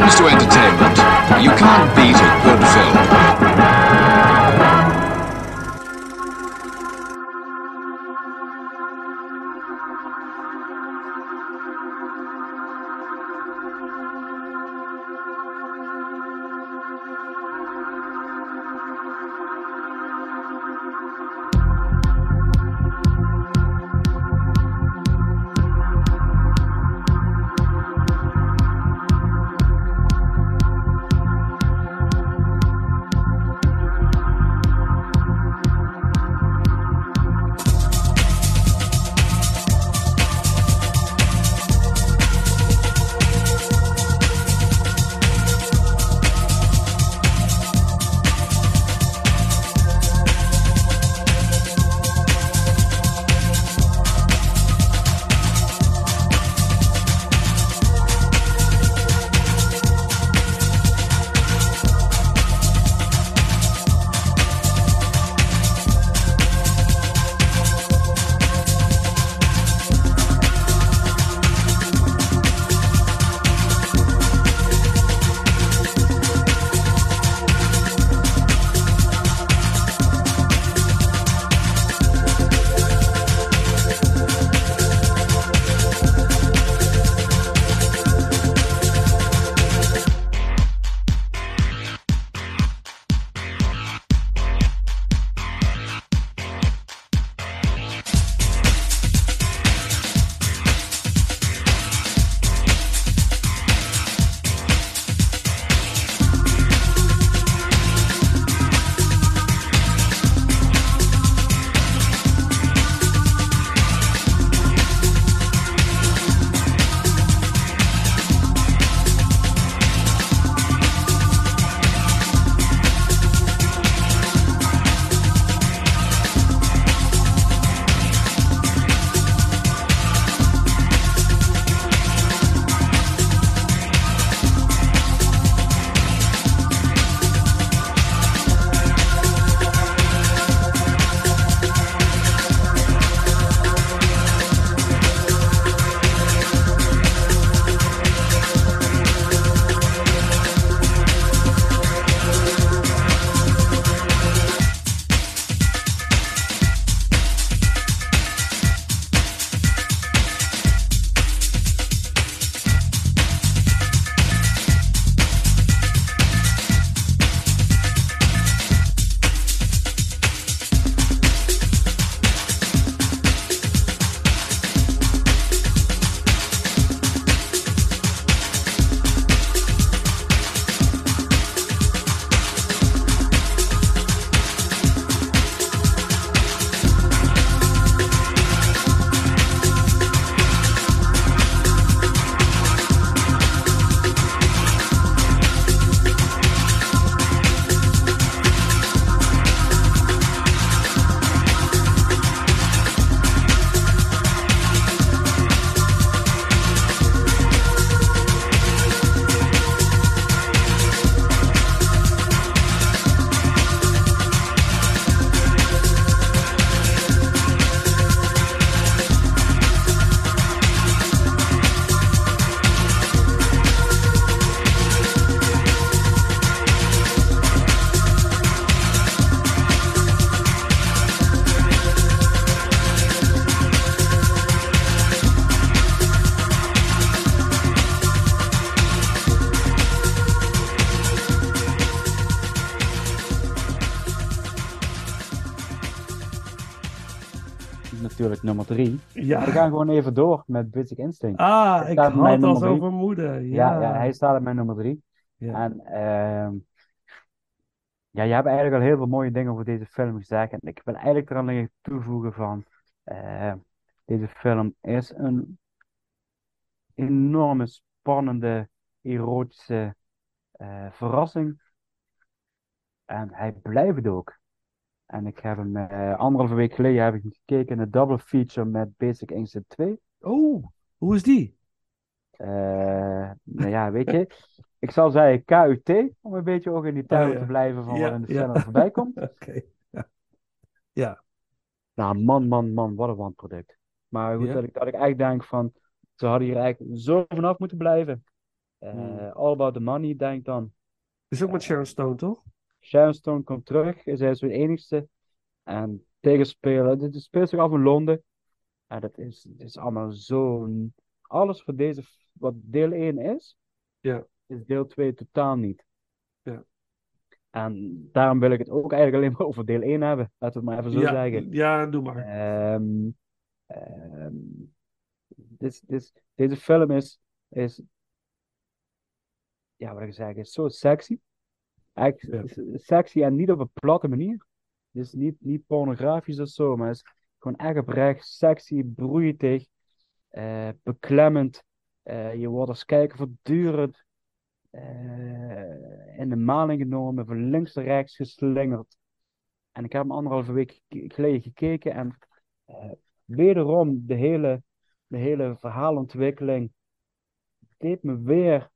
comes to entertainment, you can't beat a good film. natuurlijk nummer 3. Ja. We gaan gewoon even door met Basic Instinct. Ah, Hij ik staat op mijn had al nummer zo 3. vermoeden. Ja, Ja. hij staat op mijn nummer 3. Ja. En ja, je hebt eigenlijk al heel veel mooie dingen over deze film gezegd. En ik wil eigenlijk er alleen toevoegen van... deze film is een enorme, spannende, erotische verrassing. En hij blijft het ook. En ik heb hem 1,5 week geleden heb ik hem gekeken in een double feature met Basic Instinct 2. Oh, hoe is die? Nou ja, weet je, ik zal zeggen KUT, om een beetje ook in die termen ja. te blijven van wat in de Ja. film voorbij komt. Oké. Ja. Ja. Nou, man, wat een wanproduct. Maar goed, Ja. dat ik eigenlijk denk van, ze hadden hier eigenlijk zo vanaf moeten blijven. All About the Money, denk dan. Is ook met Sharon Stone, toch? Sharon Stone komt terug, zij is weer de enigste. En tegenspelen, dit speelt zich af in Londen. En het is allemaal zo. Alles voor deze, wat deel 1 Ja, is deel 2 totaal niet. ja. En daarom wil ik het ook eigenlijk alleen maar over deel 1 hebben. Laten we het maar even zo Ja, zeggen. ja, doe maar. Ehm, ehm, deze film is, ja, wat ik zeg, is zo sexy. Ja, Eigenlijk sexy en niet op een platte manier. Dus niet pornografisch of zo, maar het is gewoon echt oprecht sexy, broeiig, beklemmend. Je wordt als kijker voortdurend in de maling genomen, van links naar rechts geslingerd. En ik heb hem anderhalve week geleden gekeken en eh, wederom de hele verhaalontwikkeling deed me weer,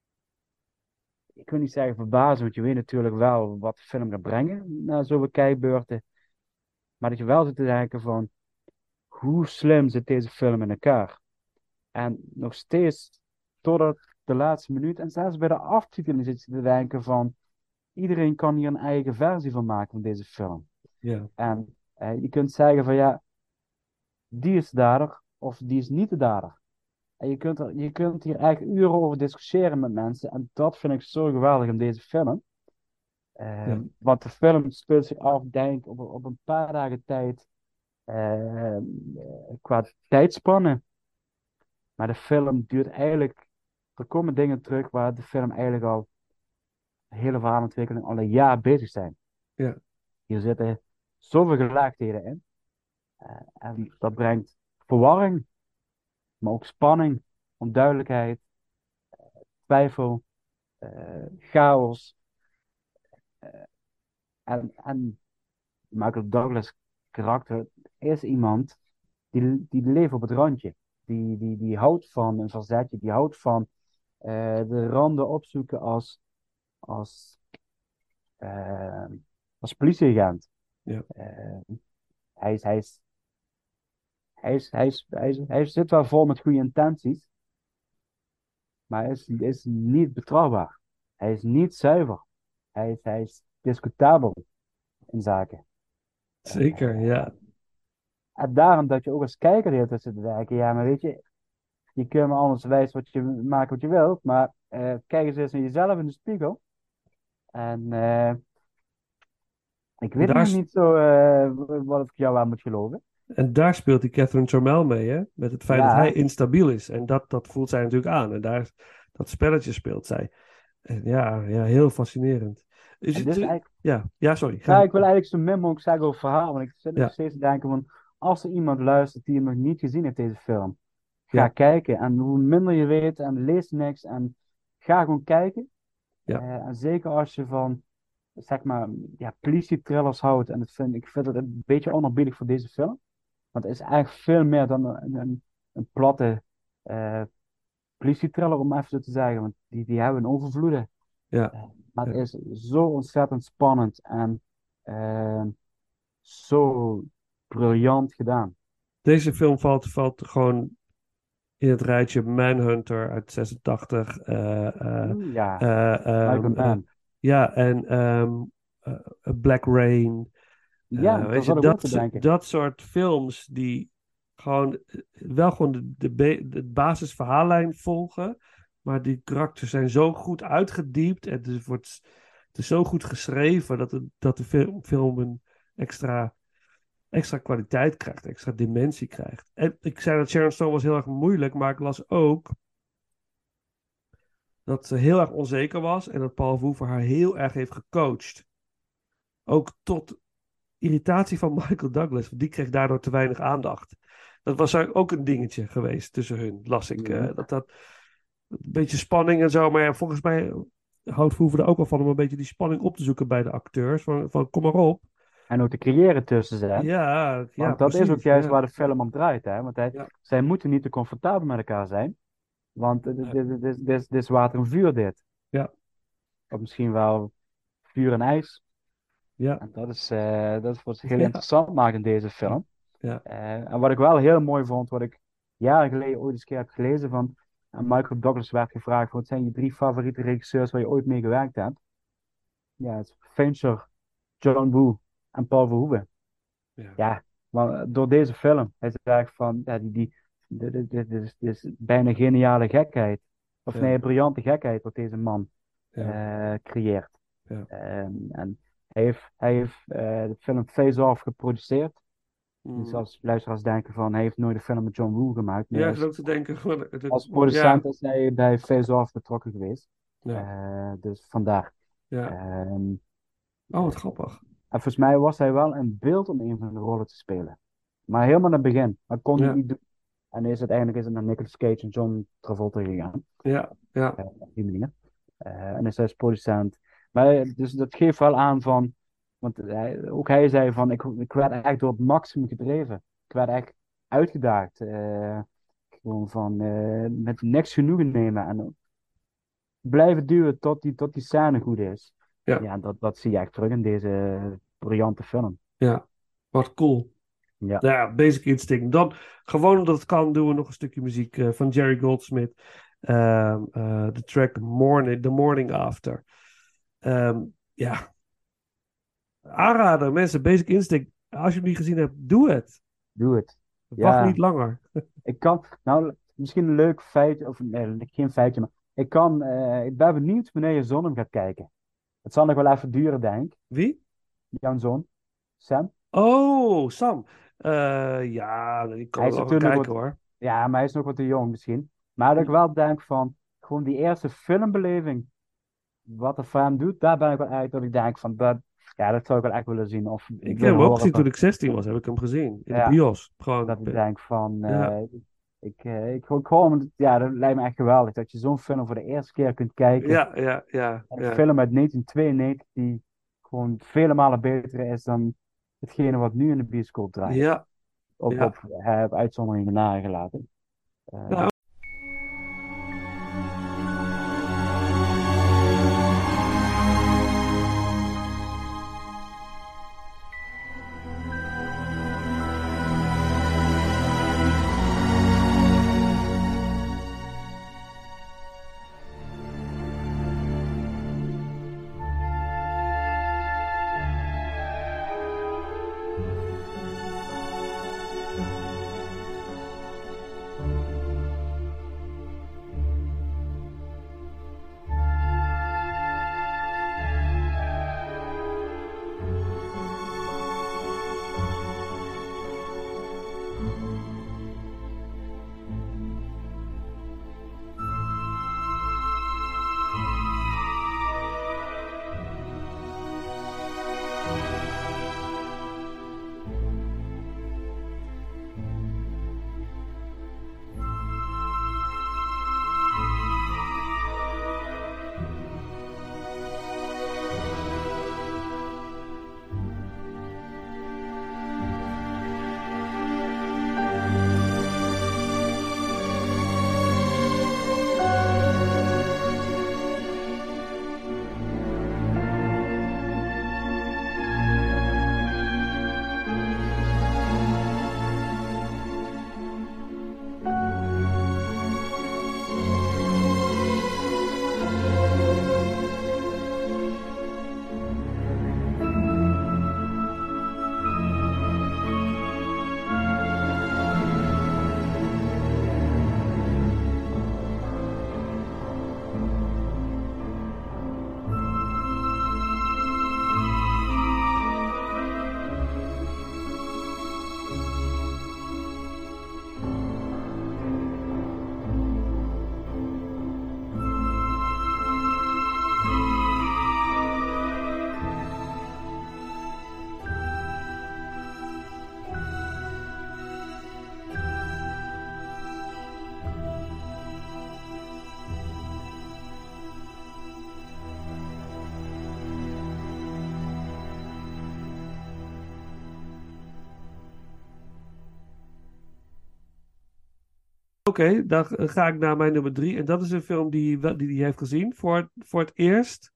ik wil niet zeggen verbazen, want je weet natuurlijk wel wat de film gaat brengen na zoveel kijkbeurten. Maar dat je wel zit te denken van, hoe slim zit deze film in elkaar? En nog steeds, totdat de laatste minuut, en zelfs bij de aftiteling zit je te denken van, iedereen kan hier een eigen versie van maken van deze film. ja, En je kunt zeggen van ja, die is de dader of die is niet de dader. En je kunt hier eigenlijk uren over discussiëren met mensen. En dat vind ik zo geweldig in deze film. ja. Want de film speelt zich af, denk ik, op een paar dagen tijd. Qua tijdspannen. Maar de film duurt eigenlijk. Er komen dingen terug waar de film eigenlijk al. De hele verhaalontwikkeling al een jaar bezig zijn. Ja. Hier zitten zoveel gelaagdheden in. En dat brengt verwarring, maar ook spanning, onduidelijkheid, twijfel, chaos. En Michael Douglas' karakter is iemand die leeft op het randje. Die houdt van een verzetje, die houdt van de randen opzoeken als, eh, als politieagent. Ja. Hij is, hij is, hij zit wel vol met goede intenties, maar hij is niet betrouwbaar. Hij is niet zuiver. Hij is discutabel in zaken. Zeker, ja. En daarom dat je ook als kijker de hele tijd zit te denken, ja, maar weet je, je kunt me anders wijzen wat je maken wat je wilt, maar kijk eens naar jezelf in de spiegel. En ik En weet nog niet zo wat ik jou aan moet geloven. daar speelt die Catherine Tormel mee, hè? Met het feit dat hij Ja, instabiel is. En dat voelt zij natuurlijk aan. En dat spelletje speelt zij. En ja, heel fascinerend. Is en het, dus eigenlijk, ja, sorry. ja, ik wil eigenlijk zo min mogelijk zeggen over het verhaal, want ik zit nog Ja, steeds te denken van, als er iemand luistert die hem nog niet gezien heeft, deze film, ga ja, kijken. En hoe minder je weet en lees niks en ga gewoon kijken. ja. En zeker als je van, zeg maar, ja, politie-thrillers houdt. En ik vind het een beetje onerbiedig voor deze film. Want het is eigenlijk veel meer dan een platte politie-thriller, om even zo te zeggen. Want die hebben een overvloeden. Ja, Maar ja. het is zo ontzettend spannend en eh, zo briljant gedaan. Deze film valt gewoon in het rijtje Manhunter uit 86. Oeh, ja, Michael Ehm, Mann. ja, en Black Rain. Ja, daar Weet je, zat ik ook te denken. dat soort films die gewoon wel gewoon de basisverhaallijn volgen, maar die karakters zijn zo goed uitgediept en het is zo goed geschreven dat de film een extra kwaliteit krijgt, extra dimensie krijgt. En ik zei dat Sharon Stone was heel erg moeilijk, maar ik las ook dat ze heel erg onzeker was en dat Paul Verhoeven haar heel erg heeft gecoacht. Ook tot irritatie van Michael Douglas, want die kreeg daardoor te weinig aandacht. Dat was ook een dingetje geweest tussen hun, las ik. Mhm. Dat een beetje spanning en zo, maar ja, volgens mij houdt Verhoeven er ook wel van om een beetje die spanning op te zoeken bij de acteurs. Van kom maar op. En ook te creëren tussen ze. Hè? Ja, Want dat is ook precies. juist Ja, waar de film om draait. Hè? Want ja, zij moeten niet te comfortabel met elkaar zijn. Want dit is water en vuur dit. ja, Of misschien wel vuur en ijs. ja, En dat is wat heel ja, interessant maakt in deze ja, film. ja, En wat ik wel heel mooi vond, wat ik jaren geleden ooit eens een keer heb gelezen van... aan Michael Douglas werd gevraagd: wat zijn je 3 favoriete regisseurs waar je ooit mee gewerkt hebt? Ja, het is Fincher, John Woo en Paul Verhoeven. Ja. Ja, maar door deze film, hij zegt van, ja, dit is bijna geniale gekheid. Of Ja. nee, briljante gekheid wat deze man creëert. Ja. En hij heeft de film Face Off geproduceerd. Dus Mm. als luisteraars denken van, hij heeft nooit een film met John Woo gemaakt. Nee, Ja, ik geloof te denken. als producent Ja. is hij bij Face Off betrokken geweest. Ja. Dus vandaar. Ja. Ehm, Oh, wat grappig. En volgens mij was hij wel in beeld om een van de rollen te spelen. Maar helemaal in het begin. Maar kon hij Ja. niet doen. En uiteindelijk is het naar Nicolas Cage en John Travolta gegaan. Ja. Ja. Op die manier. En is hij als producent. Maar dus dat geeft wel aan van. Want ook hij zei van. Ik werd echt door het maximum gedreven. Ik werd echt uitgedaagd. Gewoon van. Met niks genoegen nemen. En blijven duwen tot die scène goed is. Ja. Ja, dat zie je echt terug in deze briljante film. Ja. Wat cool. Ja. Ja, Basic Instinct. Dan, gewoon omdat het kan, doen we nog een stukje muziek van Jerry Goldsmith. De track The Morning After. Ja. Aanrader, mensen. Basic Instinct. Als je hem niet gezien hebt, doe het. Doe het. Wacht Ja. niet langer. Ik kan, nou, misschien een leuk feitje, of nee, geen feitje, maar ik ben benieuwd wanneer je zoon hem gaat kijken. Het zal nog wel even duren, denk ik. Wie? Jouw zoon, Sam. Oh, Sam. Ja, die kan Hij ik is wel gaan natuurlijk kijken hoor. Ja, maar hij is nog wat te jong misschien. Maar dat ik wel denk van, gewoon die eerste filmbeleving, wat er voor hem doet, daar ben ik wel uit dat ik denk van, dat zou ik wel echt willen zien. Of Ik heb willen hem ook horen gezien van- toen ik 16 was, heb ik hem gezien. In de Ja. bios. Gewoon. Dat ik denk van, Ja. ik hoor hem, ja, dat lijkt me echt geweldig. Dat je zo'n film voor de eerste keer kunt kijken. Ja. En een film uit 1992 die gewoon vele malen beter is dan hetgene wat nu in de bioscoop draait. Ja. Op uitzonderingen nagelaten. Nou, Oké, dan ga ik naar mijn nummer 3. En dat is een film die hij heeft gezien voor het eerst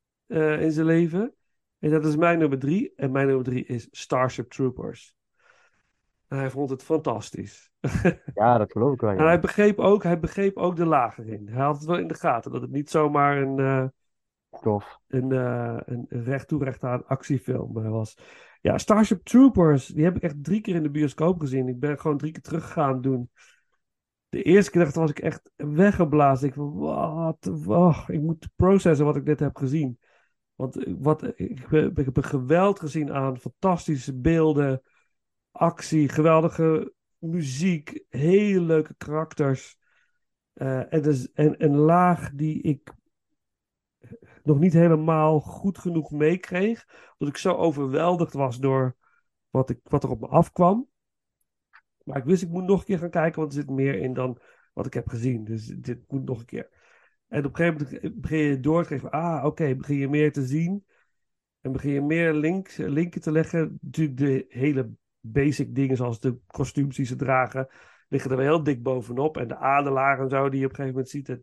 in zijn leven. En dat is mijn nummer 3. En mijn nummer 3 is Starship Troopers. En hij vond het fantastisch. Ja, dat geloof ik wel, En ja. hij begreep ook de lagen in. Hij had het wel in de gaten dat het niet zomaar Tof. een recht toe recht aan actiefilm was. Ja, Starship Troopers, die heb ik echt 3 keer in de bioscoop gezien. Ik ben gewoon 3 keer teruggegaan doen. De eerste keer was ik echt weggeblazen. Ik van, wat? Ik moet processen wat ik net heb gezien. Want ik heb een geweld gezien aan fantastische beelden, actie, geweldige muziek, hele leuke karakters. En een laag die ik nog niet helemaal goed genoeg meekreeg. Omdat ik zo overweldigd was door wat er op me afkwam. Maar ik wist, ik moet nog een keer gaan kijken, want er zit meer in dan wat ik heb gezien. Dus dit moet nog een keer. En op een gegeven moment begin je door te geven. Oké, begin je meer te zien. En begin je meer linken te leggen. Natuurlijk de hele basic dingen, zoals de kostuums die ze dragen, liggen er wel heel dik bovenop. En de adelaar en zo, die je op een gegeven moment ziet.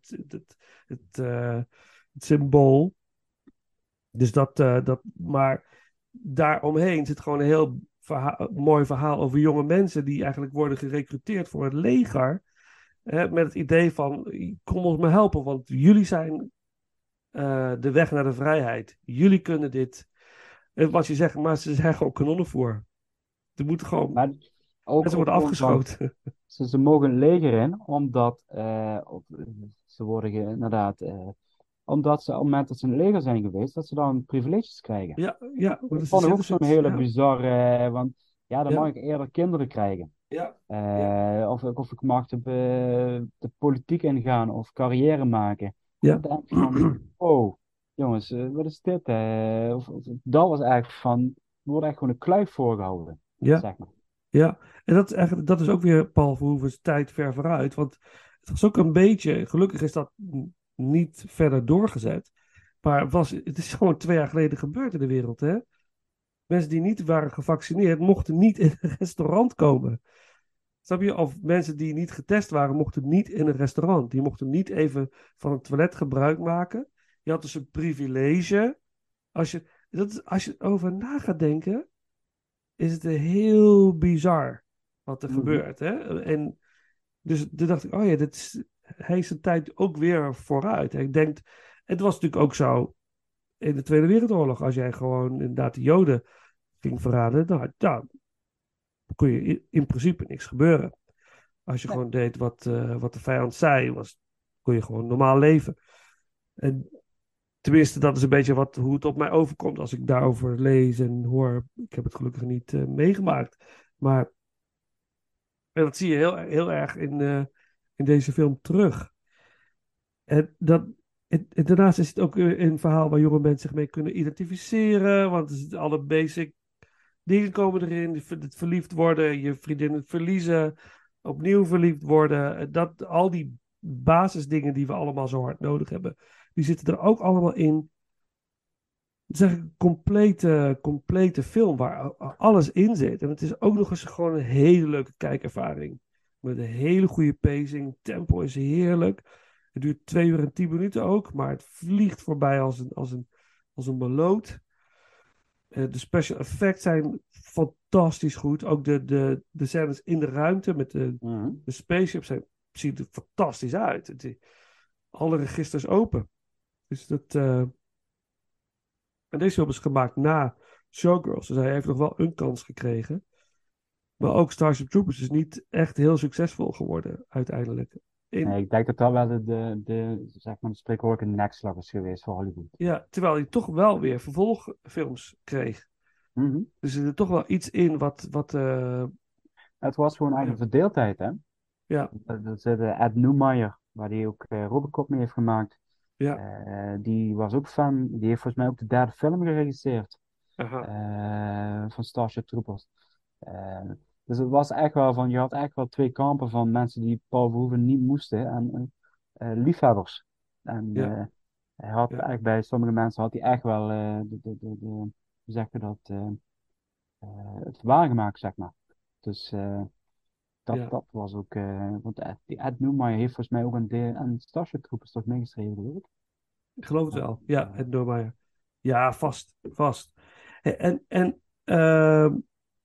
Het symbool. Dus maar daaromheen zit gewoon een heel mooi verhaal over jonge mensen die eigenlijk worden gerecruiteerd voor het leger. Met het idee van, kom ons maar helpen, want jullie zijn de weg naar de vrijheid. Jullie kunnen dit. En wat je zegt, maar ze zijn gewoon kanonnenvoer. Er moeten gewoon Maar mensen ook worden gewoon van, afgeschoten. ze mogen een leger in, omdat ze worden inderdaad, omdat ze op het moment dat ze in het leger zijn geweest, dat ze dan privileges krijgen. Ja, Dat want ze vond ik ook zitten zo'n zit. hele Ja, bizarre, want ja, dan mag ja, ik eerder kinderen krijgen. ja, ja, Of ik mag de politiek ingaan of carrière maken. Dan ja. denk ik van, oh, jongens, wat is dit? Dat was eigenlijk van, er wordt echt gewoon een kluif voorgehouden, Ja. zeg maar. Ja, en dat is ook weer Paul Verhoeven's tijd ver vooruit. Want het was ook een beetje, gelukkig is dat niet verder doorgezet. Maar het is gewoon 2 jaar geleden gebeurd in de wereld. Hè? Mensen die niet waren gevaccineerd mochten niet in een restaurant komen. Snap je? Of mensen die niet getest waren mochten niet in een restaurant. Die mochten niet even van het toilet gebruik maken. Je had dus een privilege. Als je erover na gaat denken, is het heel bizar wat er Mhm. gebeurt. Hè? En dus toen dacht ik, oh ja, hij is zijn tijd ook weer vooruit. Ik denk, het was natuurlijk ook zo in de Tweede Wereldoorlog. Als jij gewoon inderdaad de Joden ging verraden, nou, dan kon je in principe niks gebeuren. Als je Nee. gewoon deed wat de vijand zei, kon je gewoon normaal leven. En tenminste, dat is een beetje hoe het op mij overkomt als ik daarover lees en hoor. Ik heb het gelukkig niet meegemaakt. Maar en dat zie je heel erg in deze film terug. En, en daarnaast is het ook een verhaal waar jonge mensen zich mee kunnen identificeren. Want er zitten alle basic dingen komen erin. Het verliefd worden, je vriendin verliezen, opnieuw verliefd worden. Al die basisdingen die we allemaal zo hard nodig hebben, die zitten er ook allemaal in. Het is eigenlijk een complete film waar alles in zit. En het is ook nog eens gewoon een hele leuke kijkervaring. Met een hele goede pacing. Tempo is heerlijk. Het duurt 2 uur en 10 minuten ook. Maar het vliegt voorbij als een meloot. De special effects zijn fantastisch goed. Ook de scènes in de ruimte met Mhm. de spaceship ziet er fantastisch uit. Alle registers open. Dus en deze film is gemaakt na Showgirls. Dus hij heeft nog wel een kans gekregen. Maar ook Starship Troopers is niet echt heel succesvol geworden uiteindelijk. Nee, ik denk dat dat wel zeg maar, de spreekwoordelijke nekslag is geweest voor Hollywood. Ja, terwijl hij toch wel weer vervolgfilms kreeg. Mhm. Dus er zit toch wel iets in wat Het was gewoon eigenlijk ja, verdeeldheid, hè? ja, Er zit Ed Newmeyer, waar hij ook Robocop mee heeft gemaakt. ja, Die was ook fan. Die heeft volgens mij ook de 3e film geregisseerd aha, van Starship Troopers. Eh, dus het was echt wel van, je had echt wel 2 kampen van mensen die Paul Verhoeven niet moesten en liefhebbers. En ja, hij had ja, echt bij sommige mensen had hij echt wel hoe zeg je dat, het waargemaakt, zeg maar. Dus ja. dat was ook, want die Ed Newmeyer heeft volgens mij ook aan Starship Troopers toch meegeschreven, geloof ik. Ik geloof het wel. Ja, Eh, het Doormaier. Ja, vast, vast. En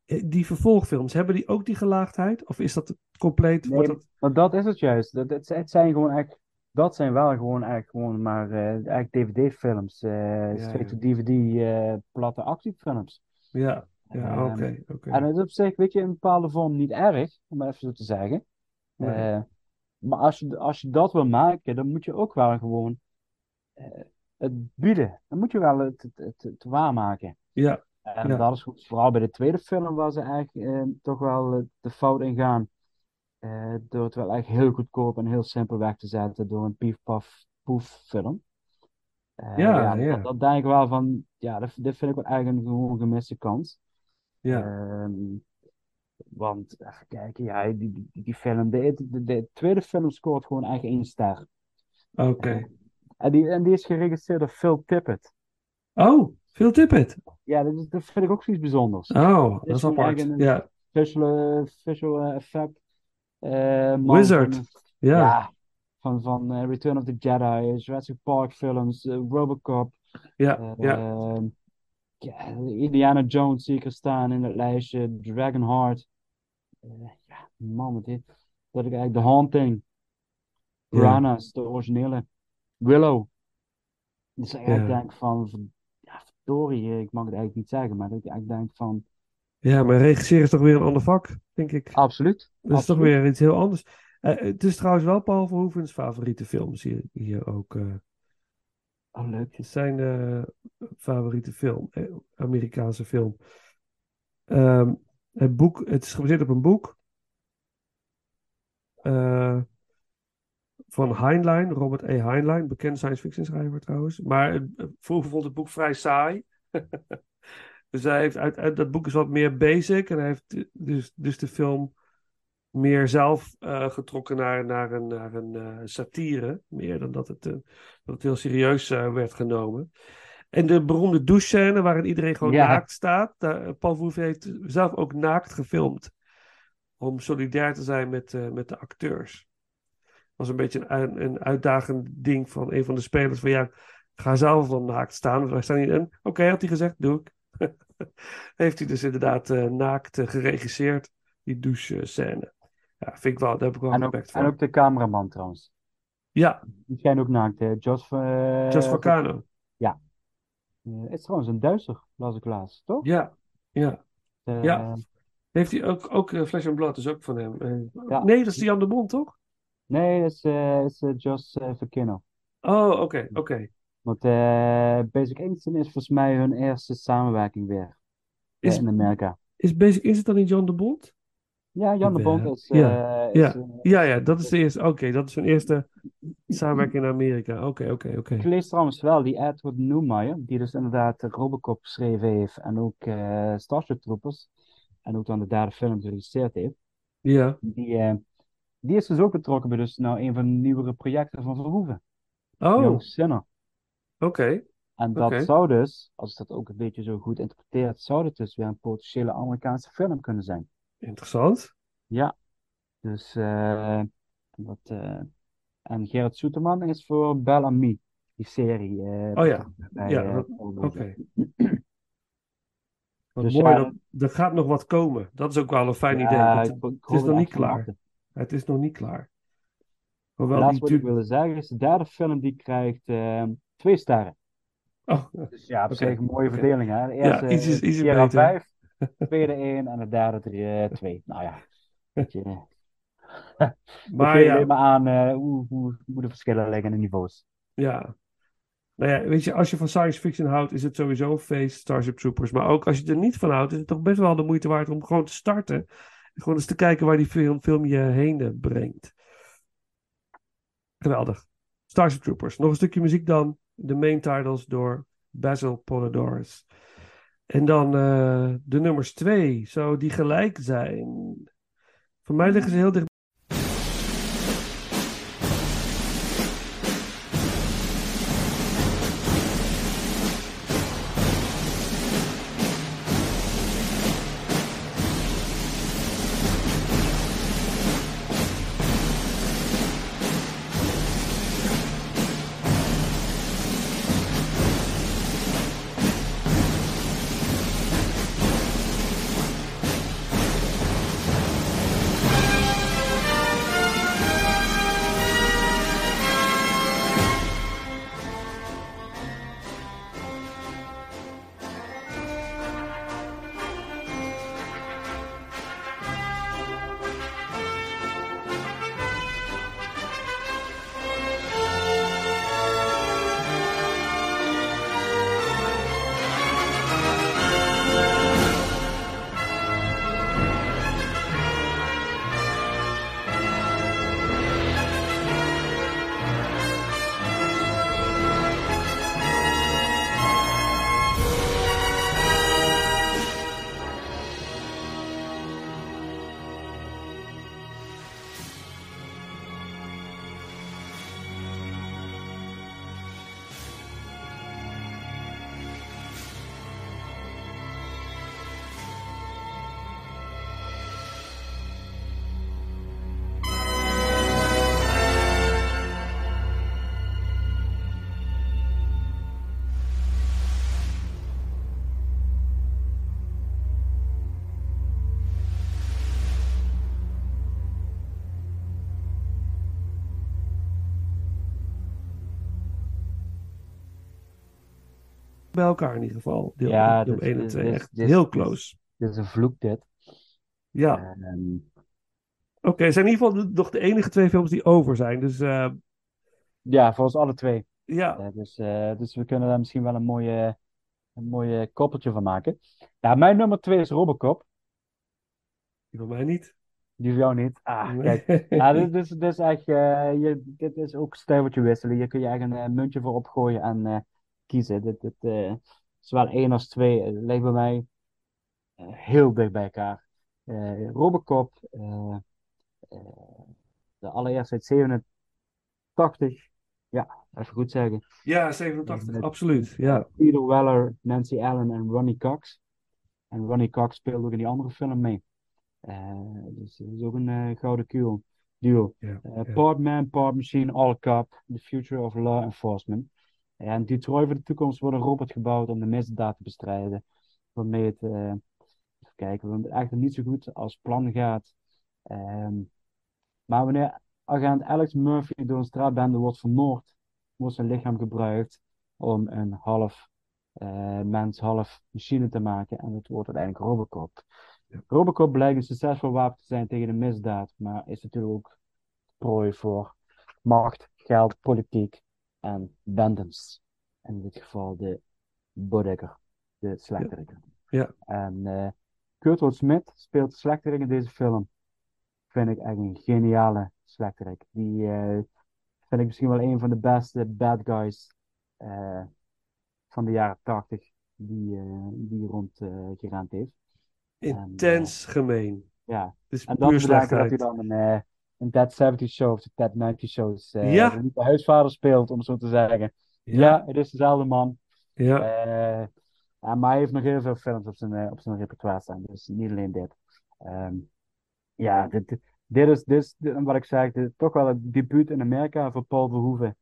Die vervolgfilms, hebben die ook die gelaagdheid? Of is dat compleet, wordt Nee, dat... maar dat is het juist. Het zijn gewoon echt, dat zijn wel gewoon echt gewoon maar echt DVD-films, Ja, ja. straight-to-DVD, platte actiefilms. Ja, ja, Ehm, oké, oké. en het is op zich, weet je, in een bepaalde vorm niet erg, om maar even zo te zeggen. Nee. Eh, maar als je dat wil maken, dan moet je ook wel gewoon eh, het bieden. Dan moet je wel het waarmaken. Ja, En ja, dat is goed, vooral bij de tweede film waar ze eigenlijk toch wel de fout in gaan. Door het wel echt heel goedkoop en heel simpel weg te zetten door een pief paf poef film. ja, Ja, ja, dat denk ik wel van, ja, dit vind ik wel eigenlijk een gewoon gemiste kans. ja. Ehm, want, even kijken, ja, die film, de tweede film scoort gewoon echt 1 ster. Eh, Oké. en die is geregisseerd door Phil Tippett. Oh, Phil Tippett. Ja, dat vind ik ook zoiets bijzonders. Oh, Het dat is is gewoon echt apart. een Ja. visual effect man Wizard. van, Ja, ja, van Return of the Jedi, Jurassic Park films, Robocop, ja, ja, eh, ja, Indiana Jones zie ik er staan in het lijstje, Dragonheart. Ja, man, dat ik eigenlijk The Haunting, ja, Piranhas, de originele, Willow. Dus ik eigenlijk ja. denk ja, verdorie, ik mag het eigenlijk niet zeggen, maar dat ik eigenlijk denk van, Ja, maar regisseren is toch weer een ander vak, denk ik. absoluut, Dat is toch absoluut. weer iets heel anders. Het is trouwens wel Paul Verhoeven's favoriete films hier ook. Oh, leuk. Het zijn favoriete film, Amerikaanse film. Ehm, het is gebaseerd op een boek eh, van Heinlein, Robert E. Heinlein, bekend science fiction schrijver trouwens. Maar Verhoeven vond het boek vrij saai. Dus hij heeft uit dat boek is wat meer basic en hij heeft dus de film meer zelf getrokken naar een satire, meer dan dat het heel serieus werd genomen. En de beroemde douchescène waarin iedereen gewoon Ja, naakt staat. Paul Verhoeven heeft zelf ook naakt gefilmd. Om solidair te zijn met de acteurs. Was een beetje een uitdagend ding van een van de spelers. Van ja, ga zelf wel naakt staan. Wij staan niet in. Oké, had hij gezegd, doe ik. Heeft hij dus inderdaad naakt geregisseerd. Die douche-scène. Ja, vind ik wel, daar heb ik wel respect en voor. ook de cameraman trouwens. Ja, Die schijnt ook naakt, hè. Just Vacano. Ja. Het is trouwens een Duitser, las ik laatst, toch? Ja, ja, ja. Eh, Heeft hij ook Flesh and Blood is ook van hem. ja. Nee, dat is Jan de Bond, toch? Nee, het is Josh Vacino. Oh, oké, oké. Want Basic Instinct is volgens mij hun eerste samenwerking weer Is, in Amerika. is Basic Instinct dan niet Jan de Bond? Ja, Jan de Bond Jawel. is, Ja, is, ja, ja, ja, dat is de eerste. Oké, dat is hun eerste samenwerking in Amerika. Oké. ik lees trouwens wel die Edward Neumeier, die dus inderdaad Robocop geschreven heeft en ook Starship Troopers en ook dan de derde film geregisseerd heeft. Ja. Die is dus ook betrokken bij dus nou een van de nieuwere projecten van Verhoeven, Young Oh, Sinner. oké, En dat oké. zou dus, als ik dat ook een beetje zo goed interpreteer, zou het dus weer een potentiële Amerikaanse film kunnen zijn. Interessant. Ja, dus dat, en Gerard Soeterman is voor Bellamy, die serie Oh ja, bij ja, Paramount. oké. Wat Dus mooi, ja, er gaat nog wat komen. Dat is ook wel een fijn idee. ja, Dat, ik het hoop is het nog niet echt van klaar. harte. Het is nog niet klaar. Het Hoewel die laatste wat ik natuurlijk... wilde zeggen is, de derde film die krijgt 2 sterren. Oh, Dus ja, op zich oké, een mooie oké. verdeling. Hè? De Ja, eerste ietsje 4 à beter. 5, de tweede 1 en de derde 2. Nou ja, weet je, dat Maar geeft alleen ja, maar aan hoe de verschillen liggen in de niveaus. ja. Nou ja, weet je, als je van science fiction houdt, is het sowieso een feest, Starship Troopers. Maar ook als je er niet van houdt, is het toch best wel de moeite waard om gewoon te starten. En gewoon eens te kijken waar die film je heen brengt. Geweldig. Starship Troopers. Nog een stukje muziek dan. De main titles door Basil Poledouris. En dan de nummers 2. Zo die gelijk zijn. Voor mij liggen ze heel dicht. bij elkaar in ieder geval. Ja, Deel 1 en 2. Echt dit heel close. is een vloek dit. Ja. Ehm, Oké, het zijn in ieder geval nog de enige 2 films die over zijn. Dus ja, voor ons alle twee. ja, Dus we kunnen daar misschien wel een mooie koppeltje van maken. Ja, mijn nummer 2 is Robocop. die van mij niet. Die voor jou niet. Ah, kijk. Ja, Nee. dit is echt, dit is ook stijltje wisselen. Hier kun je echt een muntje voor opgooien en kiezen. Dit is wel 1 als 2. Het ligt bij mij heel dicht bij elkaar. Robocop, eh, de allereerste uit 87. Ja, even goed zeggen. Ja, 87, Met absoluut. Ja. Peter Weller, Nancy Allen en Ronnie Cox. En Ronnie Cox speelde ook in die andere film mee. Dus dat is ook een gouden duo. Ja, ja. Part Man, Part Machine, All Cop, The Future of Law Enforcement. En Detroit voor de toekomst wordt een robot gebouwd om de misdaad te bestrijden. Waarmee het, even kijken, waarmee het eigenlijk niet zo goed als plan gaat. Ehm, maar wanneer agent Alex Murphy door een straatbende wordt vermoord, wordt zijn lichaam gebruikt om een half mens, half machine te maken. En het wordt uiteindelijk Robocop. Robocop blijkt een succesvol wapen te zijn tegen de misdaad, maar is natuurlijk ook prooi voor macht, geld, politiek en bendes. In dit geval de bodegger, de slechterik. Ja. En Kurtwood Smith speelt de slechterik in deze film. Vind ik echt een geniale slechterik. Die vind ik misschien wel een van de beste bad guys van de jaren 80 die rond gerend heeft. Intens gemeen. Ja, Het is en dan puur te bedenken dat hij slechtheid. dan een Dead 70 Show of de Dead 90 Shows Ja, niet de huisvader speelt, om het zo te zeggen. ja, Ja, het is dezelfde man. ja. Ja, maar hij heeft nog heel veel films op zijn repertoire staan, dus niet alleen dit. Ehm, ja, wat ik zeg, dit is toch wel het debuut in Amerika voor Paul Verhoeven.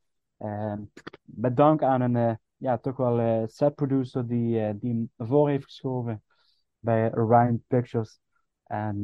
Met dank aan een ja, toch wel set producer die hem naar voren heeft geschoven bij Orion Pictures. En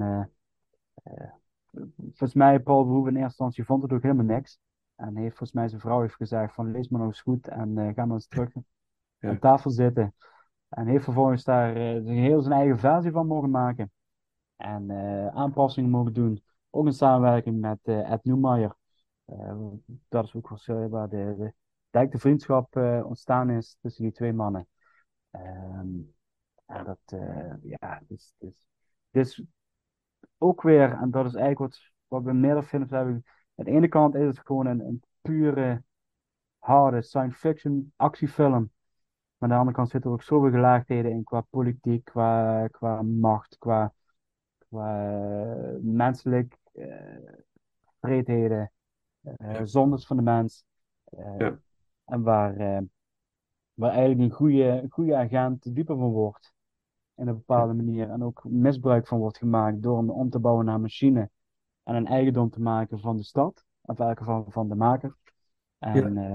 volgens mij, Paul Verhoeven in eerste instantie vond het ook helemaal niks. En heeft volgens mij zijn vrouw heeft gezegd van lees maar nog eens goed en ga maar eens terug Ja. aan tafel zitten. En heeft vervolgens daar heel zijn eigen versie van mogen maken. En aanpassingen mogen doen. Ook in samenwerking met Ed Neumeyer. Dat is ook waar de vriendschap ontstaan is tussen die twee mannen. Ehm, en dat, ja, dus ook weer, en dat is eigenlijk wat we in meerdere films hebben. Aan de ene kant is het gewoon een pure, harde science fiction actiefilm. Maar aan de andere kant zitten er ook zoveel gelaagdheden in qua politiek, qua macht, qua menselijk vreedheden, Ja. zondes van de mens. eh, Ja. en waar eigenlijk een goede agent dieper van wordt. In een bepaalde manier. En ook misbruik van wordt gemaakt door hem om te bouwen naar een machine. En een eigendom te maken van de stad. Of eigenlijk van de maker. Ja. En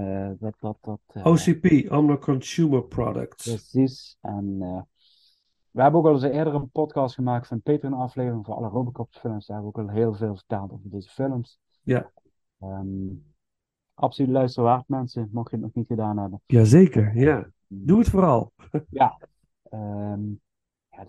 OCP, Omni Consumer Products. precies. En we hebben ook al eens eerder een podcast gemaakt van een Patreon-aflevering voor alle Robocop films. Daar hebben we ook al heel veel verteld over deze films. Ja. Absoluut luister waard, mensen, mocht je het nog niet gedaan hebben. Jazeker, ja. Doe het vooral. Ja, ja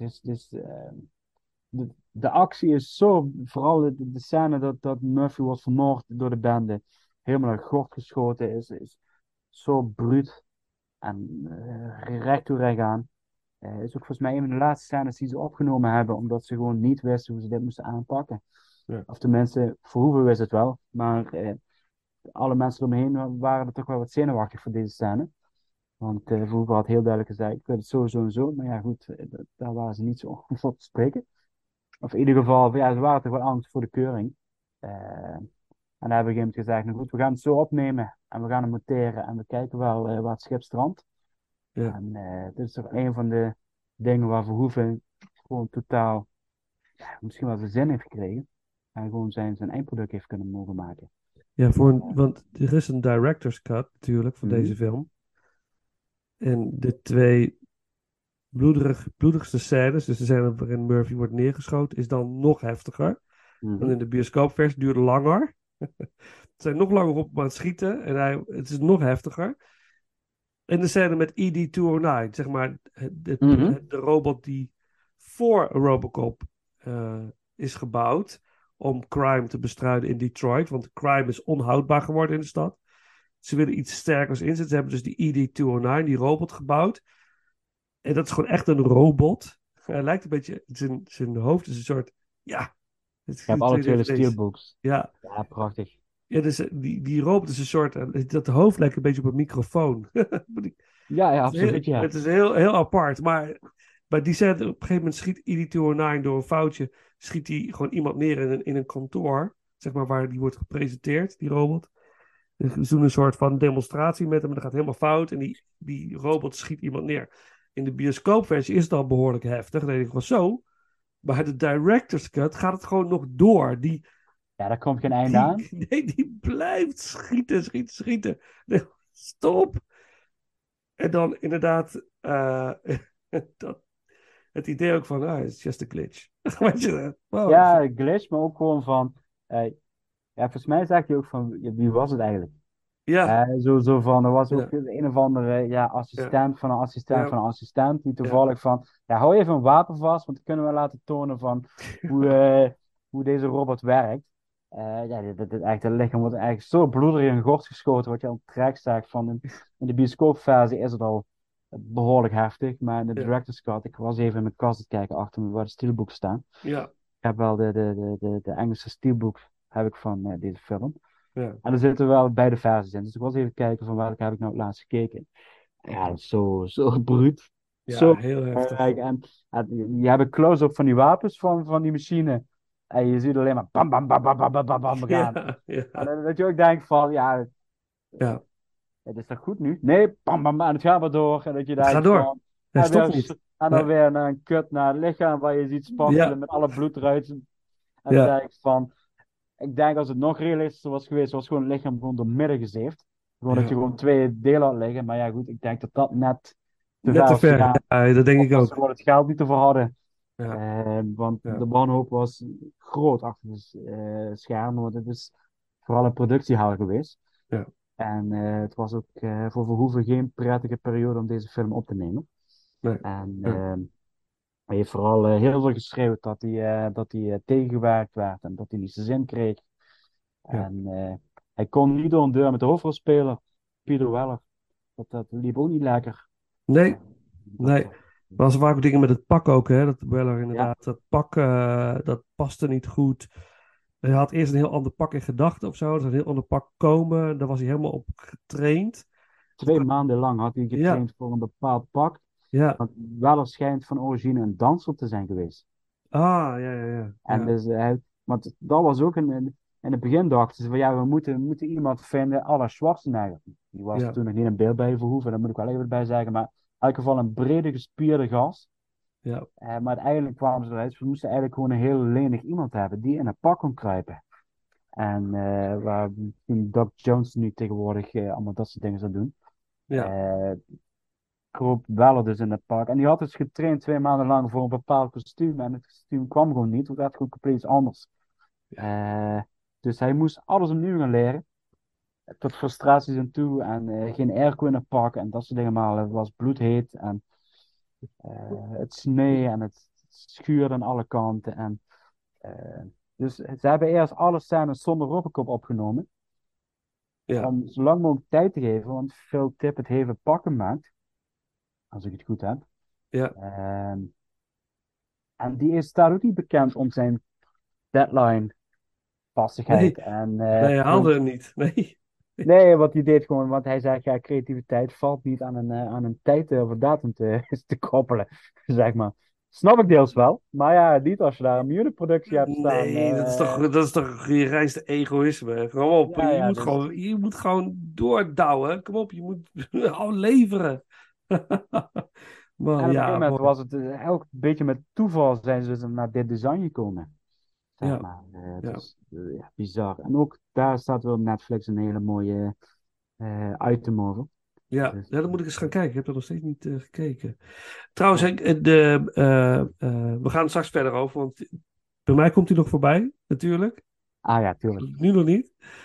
de actie is zo, vooral de scène dat Murphy wordt vermoord door de bende, helemaal uit gort geschoten, is zo bruut en recht toe recht aan. Is ook volgens mij een van de laatste scènes die ze opgenomen hebben, omdat ze gewoon niet wisten hoe ze dit moesten aanpakken. Ja. Of tenminste, Verhoeven wist het wel, maar alle mensen omheen waren er toch wel wat zenuwachtig voor deze scène. Want Verhoeven had heel duidelijk gezegd, ik wil het zo en zo. Maar ja, goed, daar waren ze niet zo voor te spreken. Of in ieder geval, ja, ze waren toch wel angst voor de keuring. En dan hebben we op een gegeven moment gezegd, nou goed, we gaan het zo opnemen. En we gaan het monteren. En we kijken wel waar het schip strandt. Ja. En dit is toch een van de dingen waar Verhoeven gewoon totaal, ja, misschien wel zijn zin heeft gekregen. En gewoon zijn eindproduct heeft kunnen mogen maken. Ja, want er is een director's cut natuurlijk van deze film. En de 2 bloedigste scènes, dus de scène waarin Murphy wordt neergeschoten, is dan nog heftiger. Dan in de bioscoopversie duurde langer. Ze zijn nog langer op aan het schieten en het is nog heftiger. En de scène met ED-209, zeg maar, Mhm. de robot die voor Robocop is gebouwd om crime te bestrijden in Detroit. Want crime is onhoudbaar geworden in de stad. Ze willen iets sterkers inzetten. Ze hebben dus die ED-209, die robot, gebouwd. En dat is gewoon echt een robot. Hij lijkt een beetje, zijn hoofd is een soort, ja, het is Ik heb een alle tweede twee de vlees. steelbooks. Ja, Ja, prachtig. ja dus die robot is een soort, dat hoofd lijkt een beetje op een microfoon. Moet ik- Ja, Het is heel, absoluut, ja. het is heel apart. Maar bij die scène, op een gegeven moment schiet ED-209 door een foutje. Schiet hij gewoon iemand neer in een kantoor. Zeg maar waar die wordt gepresenteerd, die robot. Dus ze doen een soort van demonstratie met hem. En dat gaat helemaal fout. En die robot schiet iemand neer. In de bioscoopversie is het al behoorlijk heftig. Dan denk ik van zo. Maar de director's cut gaat het gewoon nog door. Ja, daar komt geen einde aan. Nee, die blijft schieten, schieten, schieten. Nee, stop. En dan inderdaad, dat, het idee ook van, it's just a glitch. Weet je dat? Wow. Ja, glitch, maar ook gewoon van... ja, volgens mij zegt hij ook van, ja, wie was het eigenlijk? Ja, Zo van, er was ook ja, een of andere ja, ja, assistent van een assistent ja, van een assistent, die ja, toevallig van, ja, hou even een wapen vast, want dan kunnen we laten tonen van hoe deze robot werkt. Ja, echt, het lichaam wordt eigenlijk zo bloederig in gort geschoten, wat je al terecht zegt van, in de bioscoopversie is het al behoorlijk heftig, maar in de ja, director's cut, ik was even in mijn kast te kijken achter me waar de steelbooks staan. ja, Ik heb wel de Engelse steelbooks heb ik van deze film. ja, En er zitten wel beide versies in. Dus ik was even kijken van welke heb ik nou het laatst gekeken. Ja, dat is zo bruut. ja, Zo heel heftig. belangrijk. En je hebt een close-up van die wapens van die machine. En je ziet alleen maar bam, bam, bam, bam, bam, bam, bam, bam gaan. Ja, En ja, dat je ook denkt van, ja, ja. het is toch goed nu? Nee, bam, bam, bam, en het gaat maar door. En dat je Het gaat denkt door. van, Hij en, stopt weer, niet. en dan Nee. weer naar een kut naar het lichaam waar je ziet Ja, spartelen met alle bloed eruit. En dan ja, denk ik van, ik denk als het nog realistischer was geweest, was gewoon het lichaam gewoon door midden gezeefd. Gewoon dat je ja. gewoon twee delen had liggen. Maar ja, goed, ik denk dat dat net te Net ver te was ver. gegaan. Ja, dat denk Of ik dat ze ook. gewoon het geld niet ervoor hadden. Ja, Want ja, de wanhoop was groot achter de schermen. Want het is vooral een productiehal geweest. ja, En het was ook voor Verhoeven geen prettige periode om deze film op te nemen. nee, En nee, hij heeft vooral heel veel geschreeuwd dat hij tegengewerkt werd en dat hij niet zijn zin kreeg. ja. En hij kon niet door een deur met de hoofdrolspeler, Peter Weller. Dat liep ook niet lekker. Nee, Dat, nee. Maar er waren ook dingen met het pak ook, hè. Dat Weller ja, inderdaad, dat pak, dat paste niet goed. Hij had eerst een heel ander pak in gedachten of zo. Er zou een heel ander pak komen. Daar was hij helemaal op getraind. Toen 2 maanden lang had hij Ja, getraind voor een bepaald pak. ja. Want Weller schijnt van origine een danser te zijn geweest. Ah, ja, ja, ja. En Ja, dus, want dat was ook in het begin dachten ze van ja, we moeten iemand vinden à la Schwarzenegger. Die was ja, toen nog niet in beeld bij Verhoeven, daar moet ik wel even bij zeggen. Maar in elk geval een brede gespierde gast. ja, Maar uiteindelijk kwamen ze eruit, we moesten eigenlijk gewoon een heel lenig iemand hebben die in een pak kon kruipen. En waar Doc Jones nu tegenwoordig allemaal dat soort dingen zou doen. ja, Eh kroop Weller dus in het pak. En die had dus getraind 2 maanden lang voor een bepaald kostuum. En het kostuum kwam gewoon niet, het werd gewoon compleet iets anders. ja, Eh, dus hij moest alles opnieuw gaan leren. Tot frustraties en toe. En geen airco in het pak en dat soort dingen. Maar het was bloedheet. En het sneeuwde en het schuurde aan alle kanten. En, dus ze hebben eerst alle scènes zonder Robocop opgenomen. ja, Om zo lang mogelijk tijd te geven. Want Phil Tippett heeft een pak gemaakt. Als ik het goed heb. ja. Ehm, en die staat ook niet bekend om zijn deadline Nee, vastigheid. En nee, hij gewoon. haalde hem niet. Nee. Nee, wat hij deed gewoon, want hij zei, ja, creativiteit valt niet aan een tijd of een datum te koppelen, zeg maar. Snap ik deels wel, maar ja, niet als je daar een miljoenenproductie hebt staan. Nee, dat is toch je reinste egoïsme. Kom op, Ja, ja, dus je moet gewoon doordouwen. Kom op, je moet al leveren. en Man, op een gegeven ja, moment mooi. was het ook een beetje met toeval zijn ze dus naar dit design gekomen, zeg Ja, maar. Het ja, is ja, bizar. En ook daar staat wel op Netflix een hele mooie item over. ja. Dus Ja, dan moet ik eens gaan kijken. Ik heb er nog steeds niet gekeken. Trouwens, we gaan er straks verder over, want bij mij komt hij nog voorbij, natuurlijk. ja, tuurlijk. Nu nog niet.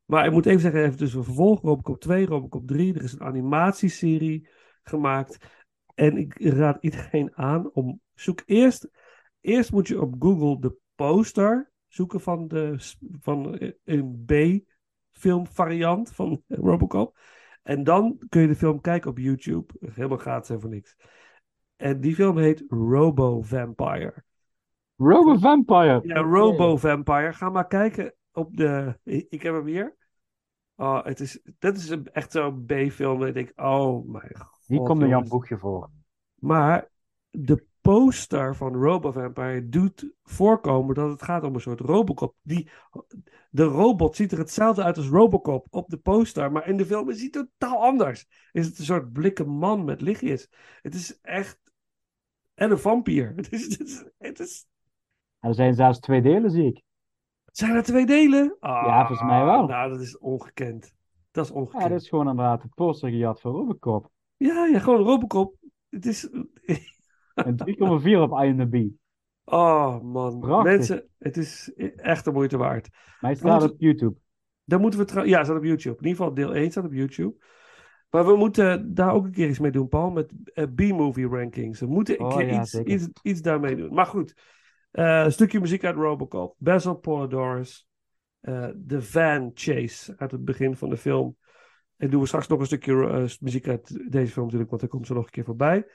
Maar ik moet even zeggen, er heeft dus een vervolg, Robocop 2, Robocop 3. Er is een animatieserie gemaakt. En ik raad iedereen aan om... Zoek Eerst moet je op Google de poster zoeken van een B-film variant van Robocop. En dan kun je de film kijken op YouTube. Helemaal gratis en voor niks. En die film heet Robo Vampire. Robo Vampire. Ja, Oké. Robo Vampire. Ga maar kijken op de... Ik heb hem hier. Oh, dat is echt zo'n B-film. En ik denk, oh mijn Hier god, komt een Jan jongens. Boekje voor. Maar de poster van Robo Vampire doet voorkomen dat het gaat om een soort Robocop. De robot ziet er hetzelfde uit als Robocop op de poster, maar in de film is hij totaal anders. Is het een soort blikken man met lichtjes. Het is echt... En een vampier. Het is... En er zijn zelfs 2 delen, zie ik. Zijn er 2 delen? Ja, volgens mij wel. Nou, dat is ongekend. Dat is Ja, ongekend. dat is gewoon inderdaad de poster gejat van Robocop. Ja, gewoon Robocop. Het is... En 3,4 op IMDb. Oh man, Prachtig. mensen, het is echt de moeite waard. Maar hij staat Moet- op YouTube. Dan moeten we ja, staat op YouTube. In ieder geval deel 1 staat op YouTube. Maar we moeten daar ook een keer iets mee doen, Paul, met B-movie rankings. We moeten een Oh, keer ja, zeker. iets daarmee doen. Maar goed, een stukje muziek uit Robocop. Basil Polidorus. De van chase uit het begin van de film. En doen we straks nog een stukje muziek uit deze film natuurlijk, want daar komt ze nog een keer voorbij.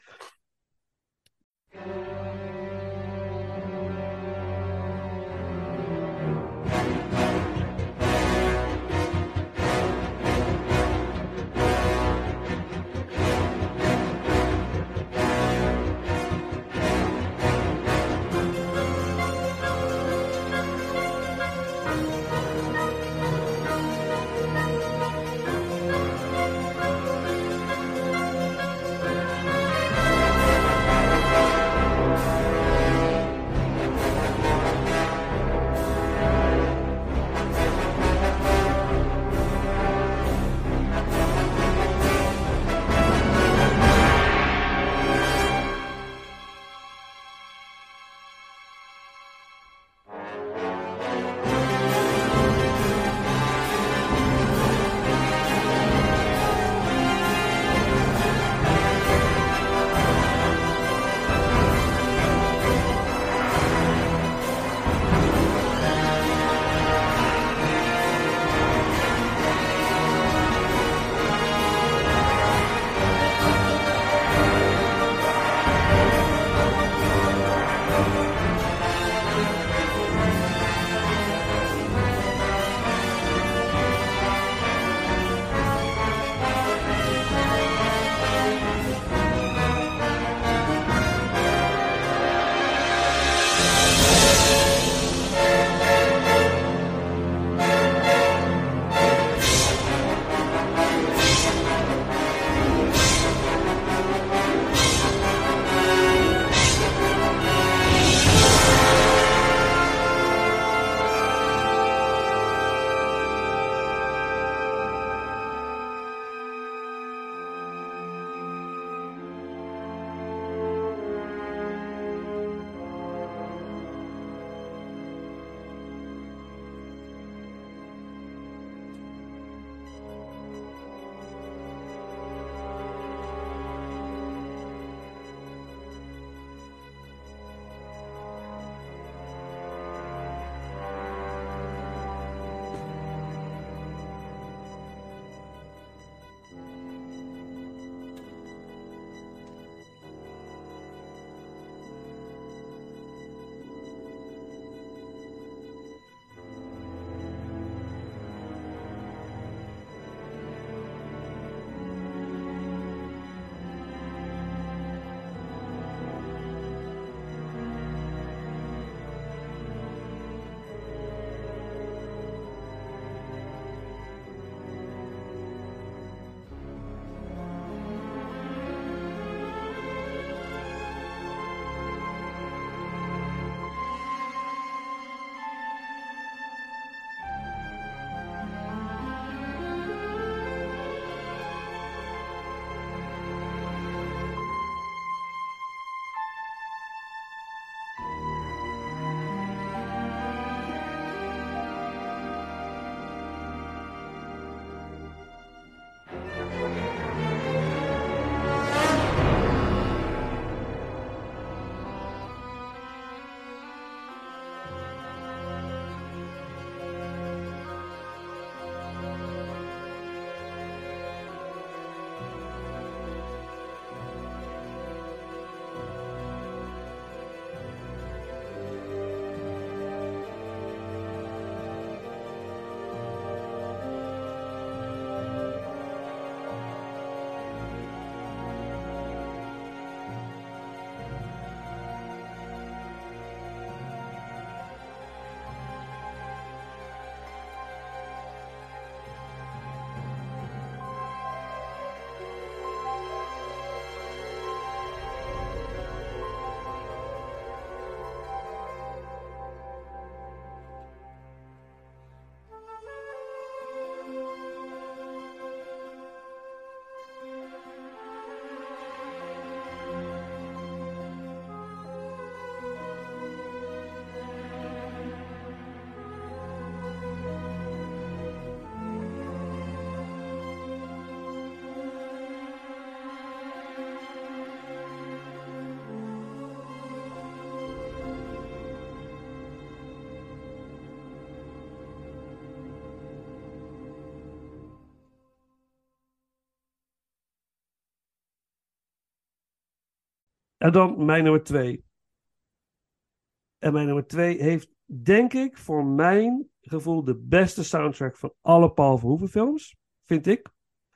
En dan mijn nummer 2. En mijn nummer 2 heeft, denk ik, voor mijn gevoel de beste soundtrack van alle Paul Verhoeven films. Vind ik.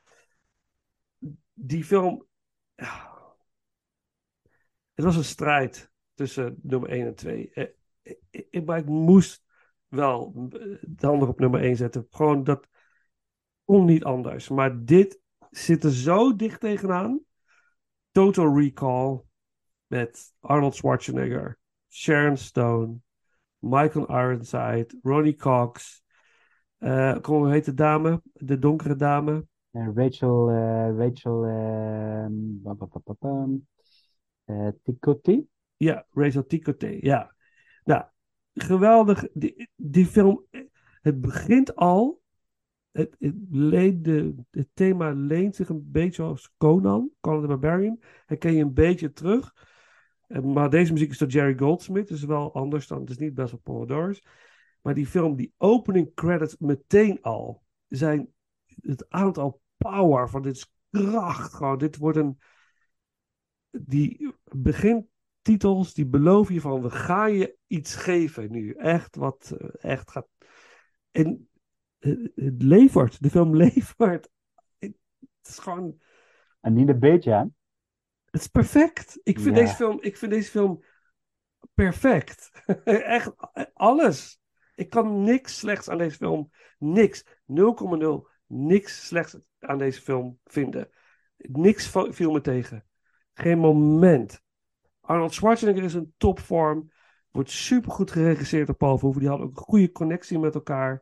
Die film... Het was een strijd tussen nummer 1 en 2. Maar ik moest wel de ander op nummer 1 zetten. Gewoon dat kon niet anders. Maar dit zit er zo dicht tegenaan. Total Recall met Arnold Schwarzenegger, Sharon Stone, Michael Ironside, Ronnie Cox. Hoe heet de dame? De donkere dame. Rachel Ticotti. Ja, Rachel Ticotti. Ja. Nou, geweldig. Die film, het begint al. Het thema leent zich een beetje als Conan the Barbarian. Herken je een beetje terug. Maar deze muziek is door Jerry Goldsmith. Dus wel anders dan. Het is niet best wel Pomodoro's. Maar die film, die opening credits meteen al. Zijn het aantal power van dit is kracht. Gewoon, dit wordt een. Die begintitels, die beloven je van. We gaan je iets geven nu. Echt wat echt gaat. En het levert. De film levert. Het is gewoon. En niet een beetje, hè? Het is perfect. Ik vind Ja. deze film perfect. Echt alles. Ik kan niks slechts aan deze film. Niks. 0,0. Niks slechts aan deze film vinden. Niks viel me tegen. Geen moment. Arnold Schwarzenegger is in topvorm. Wordt supergoed geregisseerd door Paul Verhoeven. Die hadden ook een goede connectie met elkaar.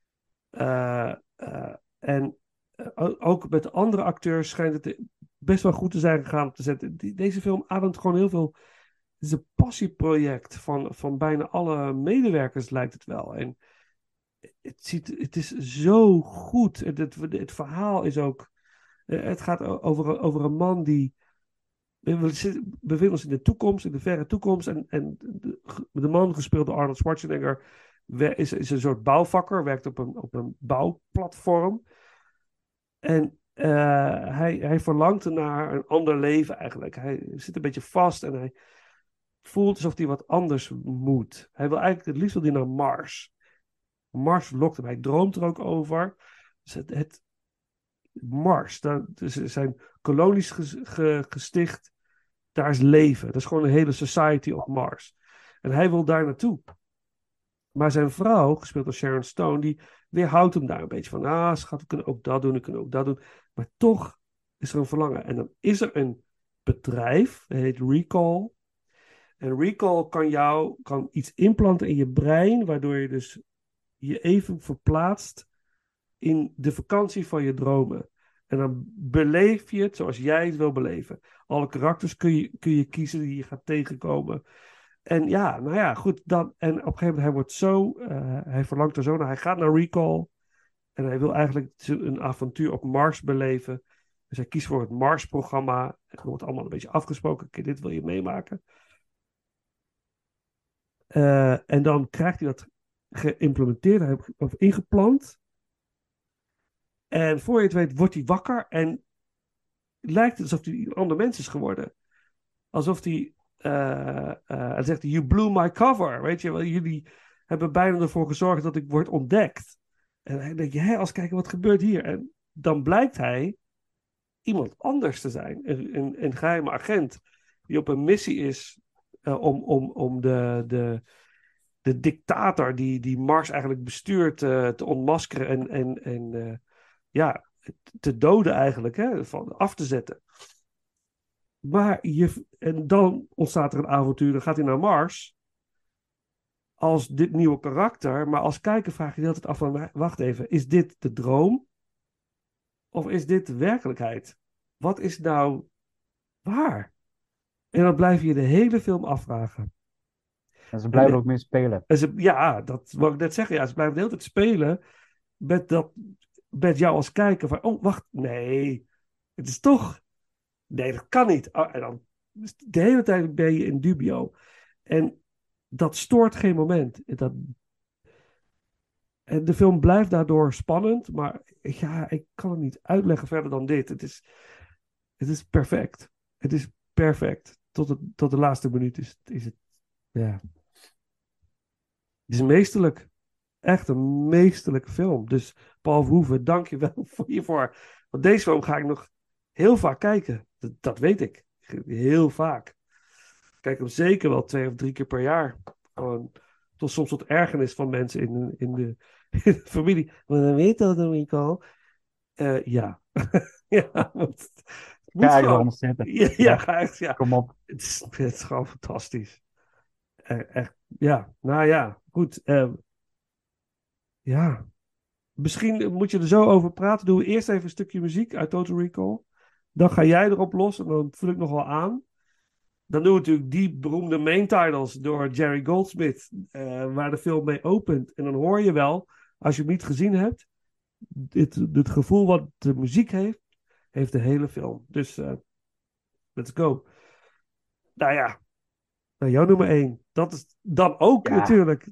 En ook met de andere acteurs schijnt het best wel goed te zijn gegaan om te zetten. Deze film ademt gewoon heel veel. Het is een passieproject van bijna alle medewerkers, lijkt het wel. En het is zo goed. Het verhaal is ook. Het gaat over een man die. We bevinden ons in de toekomst, in de verre toekomst. En de man, gespeeld door Arnold Schwarzenegger, is een soort bouwvakker, werkt op een bouwplatform. En hij verlangt naar een ander leven eigenlijk. Hij zit een beetje vast en hij voelt alsof hij wat anders moet. Hij wil eigenlijk, het liefst wil hij naar Mars. Mars lokt hem, hij droomt er ook over. Dus het Mars, er zijn kolonies gesticht. Daar is leven. Dat is gewoon een hele society op Mars. En hij wil daar naartoe. Maar zijn vrouw, gespeeld door Sharon Stone, die weerhoudt hem daar een beetje van. Ah, schat, we kunnen ook dat doen, we kunnen ook dat doen. Maar toch is er een verlangen. En dan is er een bedrijf, dat heet Recall. En Recall kan iets implanten in je brein, waardoor je dus je even verplaatst in de vakantie van je dromen. En dan beleef je het zoals jij het wil beleven. Alle karakters kun je kiezen die je gaat tegenkomen. En ja, nou ja, goed. En op een gegeven moment, hij verlangt er zo naar. Hij gaat naar Recall. En hij wil eigenlijk een avontuur op Mars beleven. Dus hij kiest voor het Mars-programma. Het wordt allemaal een beetje afgesproken. Oké, dit wil je meemaken. En dan krijgt hij dat geïmplementeerd, of ingeplant. En voor je het weet, wordt hij wakker. En lijkt het alsof hij een ander mens is geworden. Alsof hij. Hij zegt: You blew my cover. Weet je wel, jullie hebben bijna ervoor gezorgd dat ik word ontdekt. En dan denk je, als kijken, wat gebeurt hier? En dan blijkt hij iemand anders te zijn. Een geheime agent die op een missie is om de dictator die Mars eigenlijk bestuurt te ontmaskeren en te doden eigenlijk, van af te zetten. Maar en dan ontstaat er een avontuur, dan gaat hij naar Mars als dit nieuwe karakter, maar als kijker vraag je de hele tijd af van, wacht even, is dit de droom? Of is dit de werkelijkheid? Wat is nou waar? En dan blijf je de hele film afvragen. En ze blijven er ook mee spelen. Ja, dat wou ik net zeggen. Ja, ze blijven de hele tijd spelen met jou als kijker. Van, oh, wacht, nee. Het is toch... Nee, dat kan niet. En dan de hele tijd ben je in dubio. En dat stoort geen moment. En de film blijft daardoor spannend. Maar ja, ik kan het niet uitleggen verder dan dit. Het is perfect. Het is perfect. tot de laatste minuut is het, ja. Het is meesterlijk. Echt een meesterlijke film. Dus Paul Verhoeven, dank je wel hiervoor. Want deze film ga ik nog heel vaak kijken. Dat weet ik. Heel vaak. Ik kijk hem zeker wel 2 of 3 keer per jaar. Gewoon soms tot ergernis van mensen in de familie. Maar dan weet dat dan niet al. Ja. Ja, het moet Ga ik gewoon. eronder zitten. Ja, ga echt. Ja. Kom op. Het is gewoon fantastisch. Echt. Ja, nou ja, goed. Ja. Misschien moet je er zo over praten. Doen we eerst even een stukje muziek uit Total Recall. Dan ga jij erop los en dan vul ik nog wel aan. Dan doen we natuurlijk die beroemde main titles door Jerry Goldsmith, waar de film mee opent. En dan hoor je wel, als je hem niet gezien hebt, het gevoel wat de muziek heeft de hele film. Dus let's go. Nou ja, nou, jouw nummer 1. Dat is dan ook Ja. natuurlijk.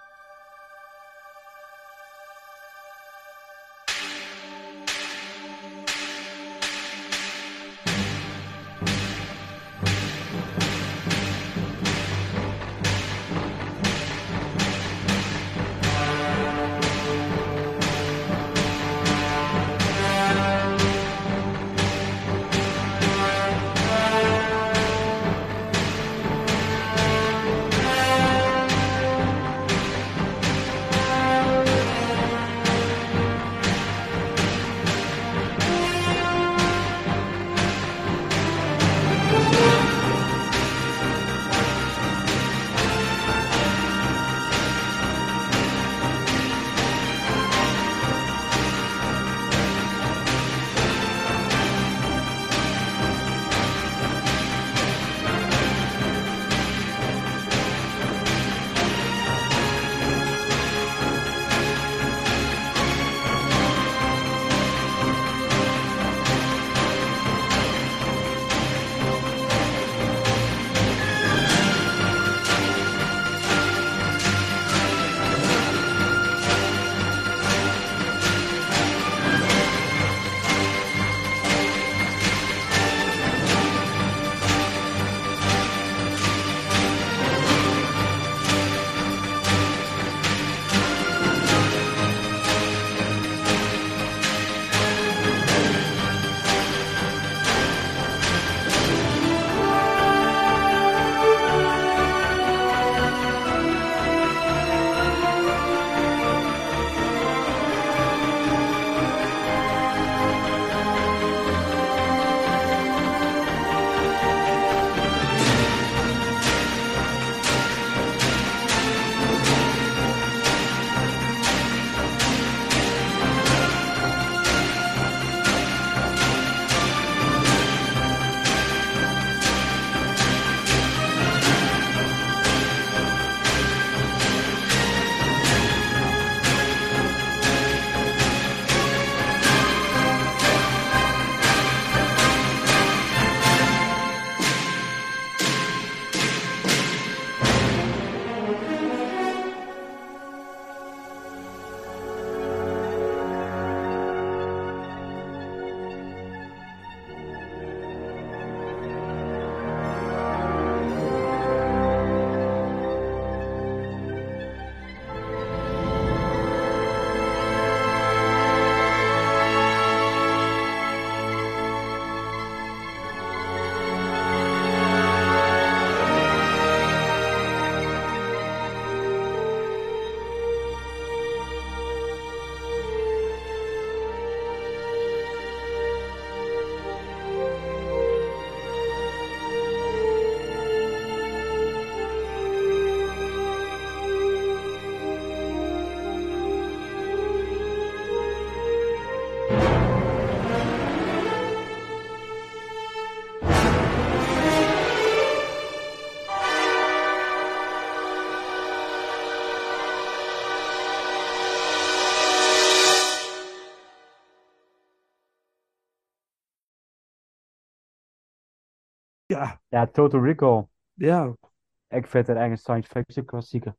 Ja, Ja, Total Recall. ja, Ik vind het echt een science fiction klassieker.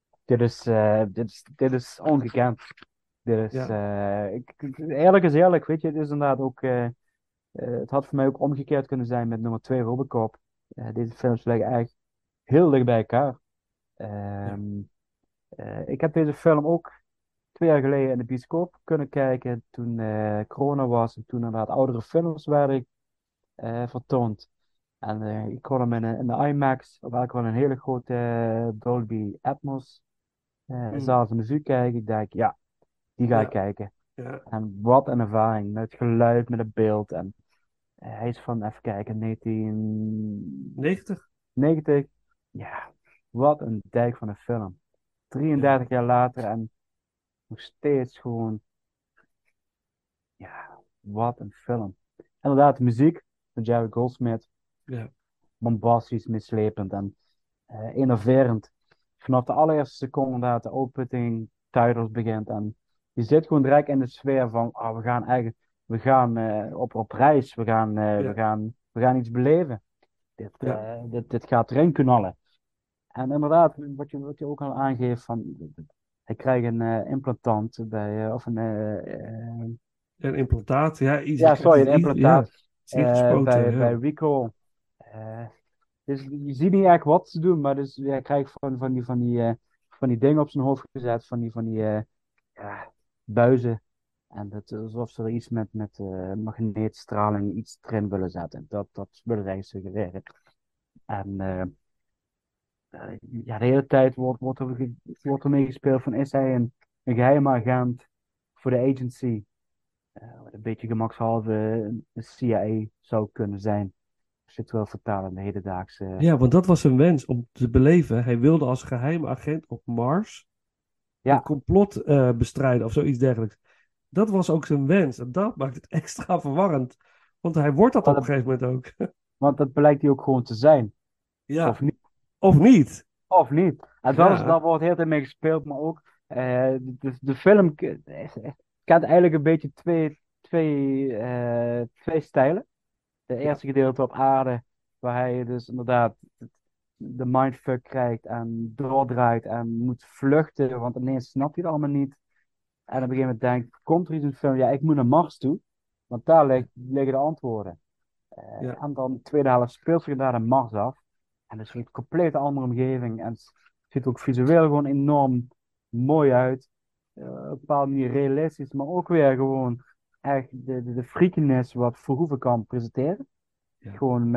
Dit is ongekend. Eerlijk is eerlijk, weet je, het is inderdaad ook... het had voor mij ook omgekeerd kunnen zijn met nummer 2 Robocop. Deze films liggen echt heel dicht bij elkaar. Ja. Ehm, ik heb deze film ook 2 jaar geleden in de bioscoop kunnen kijken toen corona was en toen inderdaad oudere films werden vertoond. En ik kon hem in de IMAX, of eigenlijk wel een hele grote Dolby Atmos Mm, zaal van muziek kijken. Ik denk, ja, die ga ik ja, kijken. ja. En wat een ervaring met het geluid, met het beeld. En hij is van, even kijken, 1990. 90? Ja, wat een dijk van een film. Ja, 33 jaar later en nog steeds gewoon, ja, wat een film. Inderdaad, de muziek van Jerry Goldsmith, ja, bombastisch, mislepend en innoverend. Vanaf de allereerste seconde dat de opening titles begint. En je zit gewoon direct in de sfeer van, we gaan eigenlijk, we gaan op reis, ja, we gaan iets beleven. ja, Dit gaat erin knallen. En inderdaad, wat je ook al aangeeft, van, hij krijgt een implantant bij, of een, een implantaat. Ja, ja, het sorry, is, een ja, het implantaat is ingespoten. bij Ja, Rico. Eh, dus je ziet niet echt wat ze doen, maar dus, ja, hij krijgt van die dingen op zijn hoofd gezet, van die ja, buizen. En dat is alsof ze er iets met magneetstraling iets erin willen zetten. Dat willen ze eigenlijk suggereren. En ja, de hele tijd wordt er mee gespeeld van is hij een geheime agent voor de agency? Wat een beetje gemakshalve een CIA zou kunnen zijn. Als je het wil vertalen in de hedendaagse. ja, want dat was zijn wens om te beleven. Hij wilde als geheime agent op Mars een Ja, complot bestrijden of zoiets dergelijks. Dat was ook zijn wens. En dat maakt het extra verwarrend. Want hij wordt dat op want een dat, gegeven moment ook. want dat blijkt hij ook gewoon te zijn. Ja, Of niet? of niet. Of niet? En Ja, daar wordt heel tijd mee gespeeld, maar ook de film kent eigenlijk een beetje twee stijlen. De ja, eerste gedeelte op aarde, waar hij dus inderdaad de mindfuck krijgt en doordraait en moet vluchten, want ineens snapt hij het allemaal niet. En op een gegeven moment denkt, komt er iets in de film, ja, ik moet naar Mars toe, want daar liggen de antwoorden. ja, En dan de tweede helft speelt zich daar de Mars af. En het is een compleet andere omgeving. En het ziet er ook visueel gewoon enorm mooi uit. Op een bepaalde manier realistisch, maar ook weer gewoon echt de freakiness wat Verhoeven kan presenteren. ja. Gewoon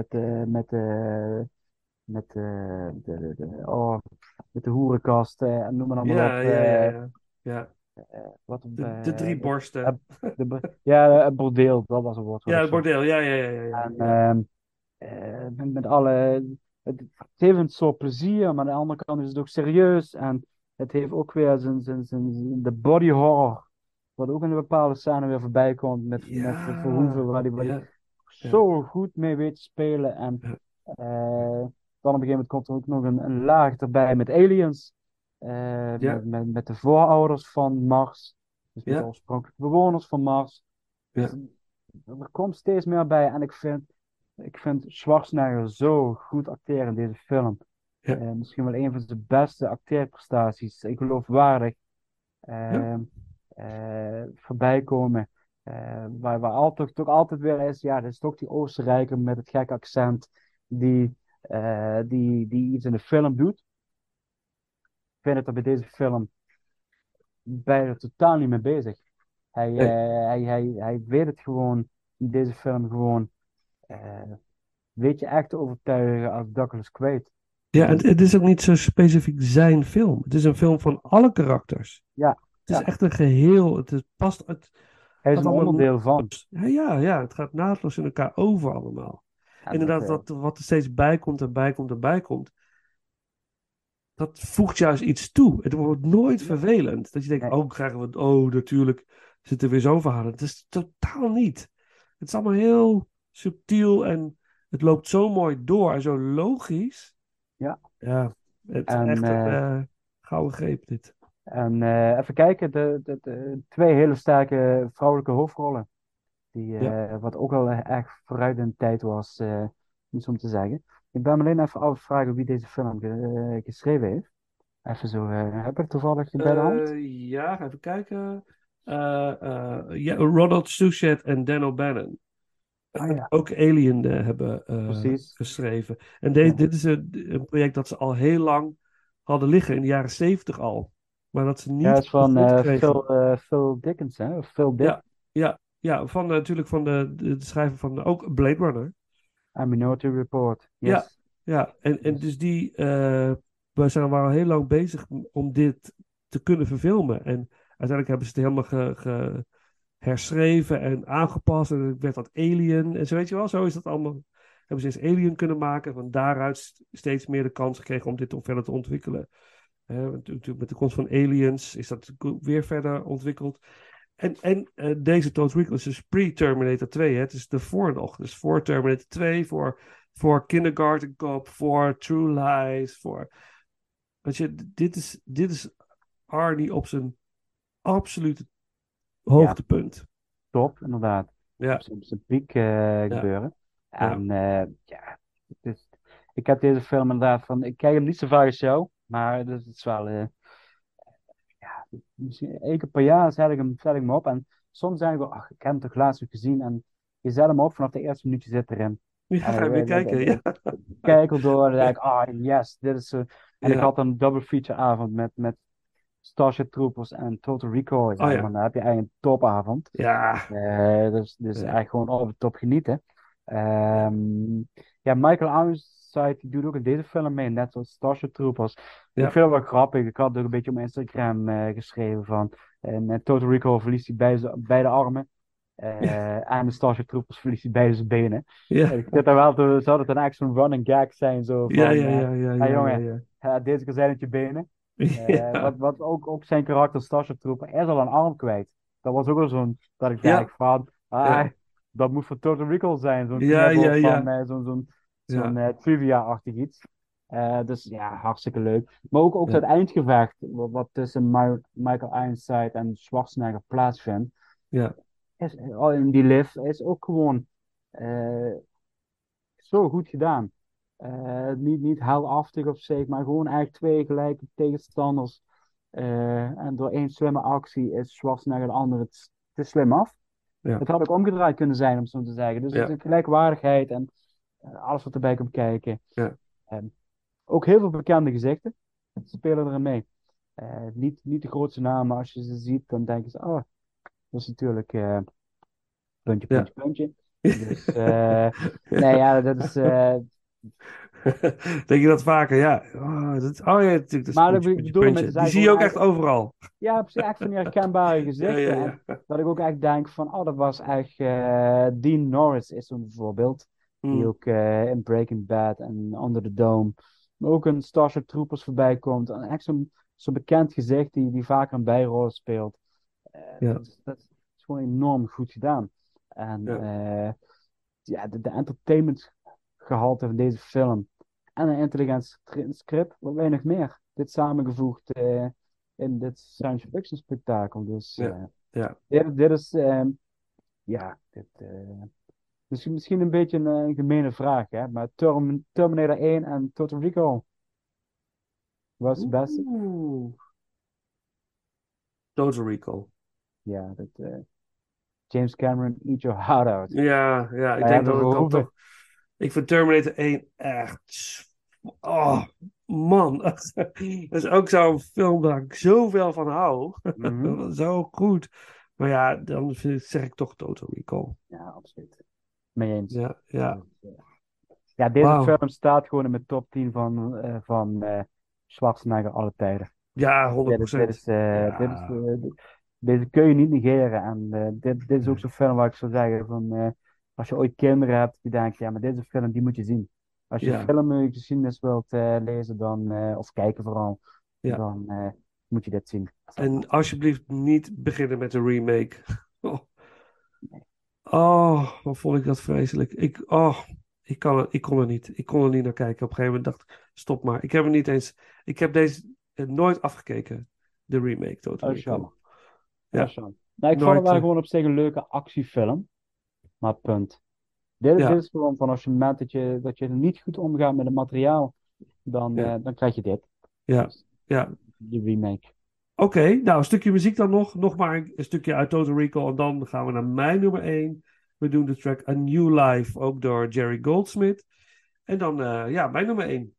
met de hoerenkast en noem maar allemaal Ja, op. ja, ja, ja. Ja, Wat, de drie borsten. ja, het bordeel, dat was het woord wat Ja, ik het zocht. bordeel. Ja, ja, ja, ja, ja. En Ja, met alle. Het heeft een soort plezier, maar aan de andere kant is het ook serieus. En het heeft ook weer de body horror. Wat ook in een bepaalde scène weer voorbij komt met Verhoeven, ja, waar die ja, ja, zo goed mee weet te spelen. En ja, dan op een gegeven moment komt er ook nog een laag erbij met aliens. ja, Met de voorouders van Mars. Dus met de ja, oorspronkelijke bewoners van Mars. Dus ja, er komt steeds meer bij. En ik vind Schwarzenegger zo goed acteren in deze film. ja, Misschien wel een van zijn beste acteerprestaties. Ik geloofwaardig ja, voorbij komen. Waar altijd, toch altijd weer is, ja, dat is toch die Oostenrijker met het gekke accent die iets in de film doet. Ik vind dat er bij deze film bijna totaal niet mee bezig. nee. Hij weet het gewoon in deze film gewoon. eh, weet je echt te overtuigen als Douglas Quaid. Ja, Het is, het is ook niet zo specifiek zijn film. Het is een film van alle karakters. ja, Het is ja, echt een geheel. Het hij is gaat een allemaal onderdeel van. naadloos. Ja, ja, ja, het gaat naadloos in elkaar over allemaal. En Inderdaad, wat er steeds bij komt en bij komt en bij komt, dat voegt juist iets toe. Het wordt nooit ja, vervelend. Dat je denkt, nee, oh, krijgen we, oh, natuurlijk zit er weer zo'n verhaal. Het is totaal niet. Het is allemaal heel subtiel en het loopt zo mooi door en zo logisch. ja. Ja, het is En, echt een eh, gouden greep dit. even kijken, de 2 hele sterke vrouwelijke hoofdrollen. Ja. Wat ook al echt vooruit in de tijd was, iets om te zeggen. Ik ben me alleen even afvragen wie deze film geschreven heeft. Even zo, heb ik toevallig bij de hand? Ja, even kijken. Ja, Ronald Suchet en Dan O'Bannon. Ah ja, ook Alien hebben precies. geschreven. En Ja, dit is een project dat ze al heel lang hadden liggen, in de jaren 70 al. Maar dat ze ja, niet het is op de van grond kregen. Phil Dickens, hè? Of Phil Dick. Ja, ja, van natuurlijk van de schrijver van ook Blade Runner. En Minority Report. Ja, Yes. ja. En Yes. dus we waren al heel lang bezig om dit te kunnen verfilmen. En uiteindelijk hebben ze het helemaal herschreven en aangepast. En het werd dat Alien. En zo weet je wel, zo is dat allemaal. Hebben ze eens Alien kunnen maken. Van daaruit steeds meer de kans gekregen om dit verder te ontwikkelen. Natuurlijk met de komst van Aliens is dat weer verder ontwikkeld. En deze Total Recall is dus pre-Terminator 2. Hè? Het is ervoor nog. Dus voor Terminator 2, voor Kindergarten Cop, voor True Lies, voor... Weet je, dit is Arnie op zijn absolute Ja, hoogtepunt. top, inderdaad. Ja, Op zijn piek ja, gebeuren. ja. En ja, het is, ik heb deze film inderdaad van... Ik kijk hem niet zo vaak als jou, maar dus het is wel... ja, misschien één keer per jaar zet ik hem op. En soms denk ik wel, ach, ik heb hem toch laatst nog gezien. En je zet hem op, vanaf de eerste minuutje zit erin. Nu En ga je weer kijken. Ja, ik kijk erdoor en dan denk ik, ah, yes, dit is... en ik ja. had een double feature avond met Starship Troopers en Total Recall. Oh Ja, man, ja. dan heb je eigenlijk een topavond. Ja. Dus Ja. eigenlijk gewoon over de top genieten. Ehm, ja, Michael Ironside die doet ook in deze film mee, net zoals Starship Troopers. Ik Ja. vind het wel grappig. Ik had het ook een beetje op mijn Instagram geschreven van... met Total Recall verliest hij beide armen. En de Starship Troopers verliest hij beide zijn benen. Ja. Ik zit daar wel zou dat dan echt zo'n running gag zijn, zo Ja, van... ja, ja, ja, hey, ja, ja, jongen, ja. deze keer zijn het je benen. Ja. Wat ook zijn karakter Starship Trooper, hij is al een arm kwijt. Dat was ook wel zo'n, dat ik Ja. denk van, Ja. dat moet voor Total Recall zijn. Zo'n Ja, ja, knibbel van ja. zo'n Ja. trivia-achtig iets. Dus ja, hartstikke leuk. Maar ook Ja. dat eindgevecht, wat tussen Michael Ironside en Schwarzenegger plaatsvindt, Ja. in die lift, is ook gewoon eh, zo goed gedaan. Niet heldhaftig op zich, maar gewoon eigenlijk twee gelijke tegenstanders. En door één slimme actie is Schwarzenegger de ander het te slim af. Ja. Het had ook omgedraaid kunnen zijn, om zo te zeggen. Dus het is Ja. een gelijkwaardigheid en alles wat erbij komt kijken. Ja. Ook heel veel bekende gezichten spelen erin mee. Niet de grootste namen, maar als je ze ziet, dan denk je, oh, dat is natuurlijk puntje, Ja. puntje, puntje. Dus nee, ja, dat is. Denk je dat vaker? Ja. Oh ja, natuurlijk, dat is Maar puntje, ik puntje, bedoel ermee te puntje. Die zeggen, zie je gewoon ook echt eigenlijk, overal. ja, precies, echt van die herkenbare Ja, gezichten. ja, En ja. dat ik ook echt denk van, oh, dat was echt, Dean Norris is zo'n voorbeeld. Die Mm, ook in Breaking Bad en Under the Dome, maar ook in Starship Troopers voorbij komt. En echt zo'n bekend gezicht die vaker een bijrol speelt. ja, Dat is gewoon enorm goed gedaan. En ja, ja, de entertainment gehalte van deze film en een intelligent script, wat weinig meer. Dit samengevoegd in dit science fiction spektakel. Dus ja, ja. dit is, ja, misschien een beetje een gemene vraag, hè? Maar Terminator 1 en Total Recall, wat is de beste? Oeh. Total Recall. Ja, James Cameron, eat your heart out. Ja, ja, ik Wij denk hebben dat ik voor dan hoeveel, toch... Ik vind Terminator 1 echt... Oh, man. Dat is ook zo'n film waar ik zoveel van hou. Mhm. Zo goed. Maar ja, dan zeg ik toch Total Recall. Ja, absoluut. Mee eens. Ja, ja. Ja, deze Wauw. film staat gewoon in mijn top 10 van Schwarzenegger alle tijden. Ja, Dit 100%. is, Ja, deze kun je niet negeren. En dit is ook zo'n film waar ik zou zeggen van, als je ooit kinderen hebt die denken, ja, maar deze film die moet je zien. Als je ja, filmgeschiedenis wilt lezen dan, of kijken vooral, ja. dan moet je dit zien. En alsjeblieft niet beginnen met een remake. Wat vond ik dat vreselijk. Ik kon er niet. Ik kon er niet naar kijken. Op een gegeven moment dacht ik, stop maar. Ik heb deze nooit afgekeken. De remake, Total Dat is Recall. jammer. Dat Ja, is jammer. Nou, ik vond het nooit. wel gewoon op zich een leuke actiefilm. Maar punt. Dit Ja, is gewoon van als je merkt dat je niet goed omgaat met het materiaal, ja, dan krijg je dit. ja, Dus ja. die remake. Oké, nou een stukje muziek dan nog. Nog maar een stukje uit Total Recall. En dan gaan we naar mijn nummer 1. We doen de track A New Life, ook door Jerry Goldsmith. En dan, mijn nummer 1.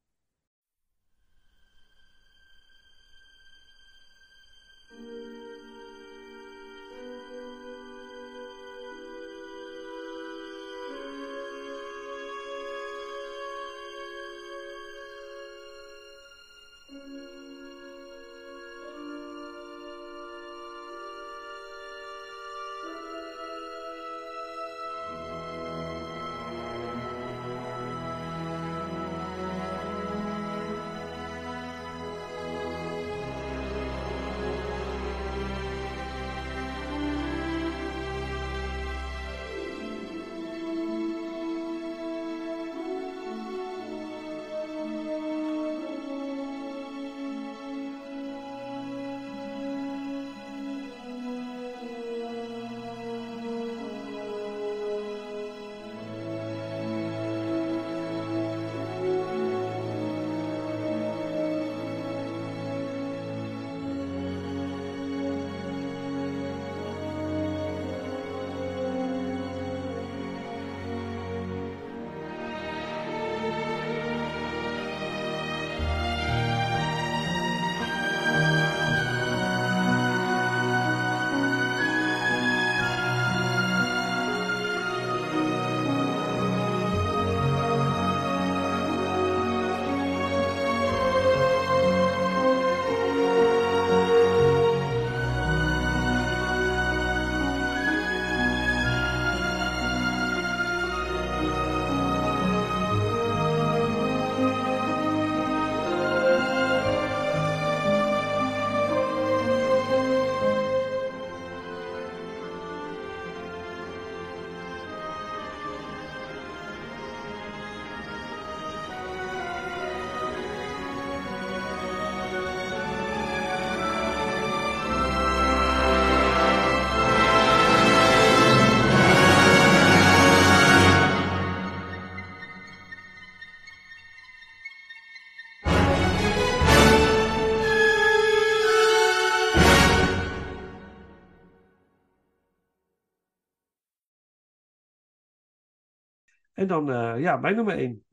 En dan, mijn nummer 1.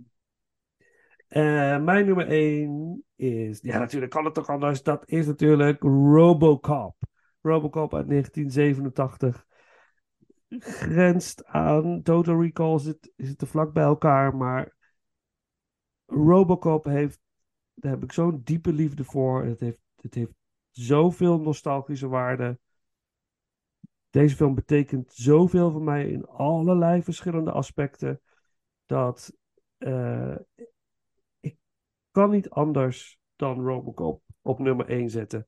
Mijn nummer 1 is, ja, natuurlijk kan het toch anders. Dat is natuurlijk Robocop. Robocop uit 1987. Grenst aan Total Recall, zit te vlak bij elkaar. Maar Robocop daar heb ik zo'n diepe liefde voor. Het heeft zoveel nostalgische waarde. Deze film betekent zoveel voor mij in allerlei verschillende aspecten. Dat ik kan niet anders dan Robocop op nummer 1 zetten.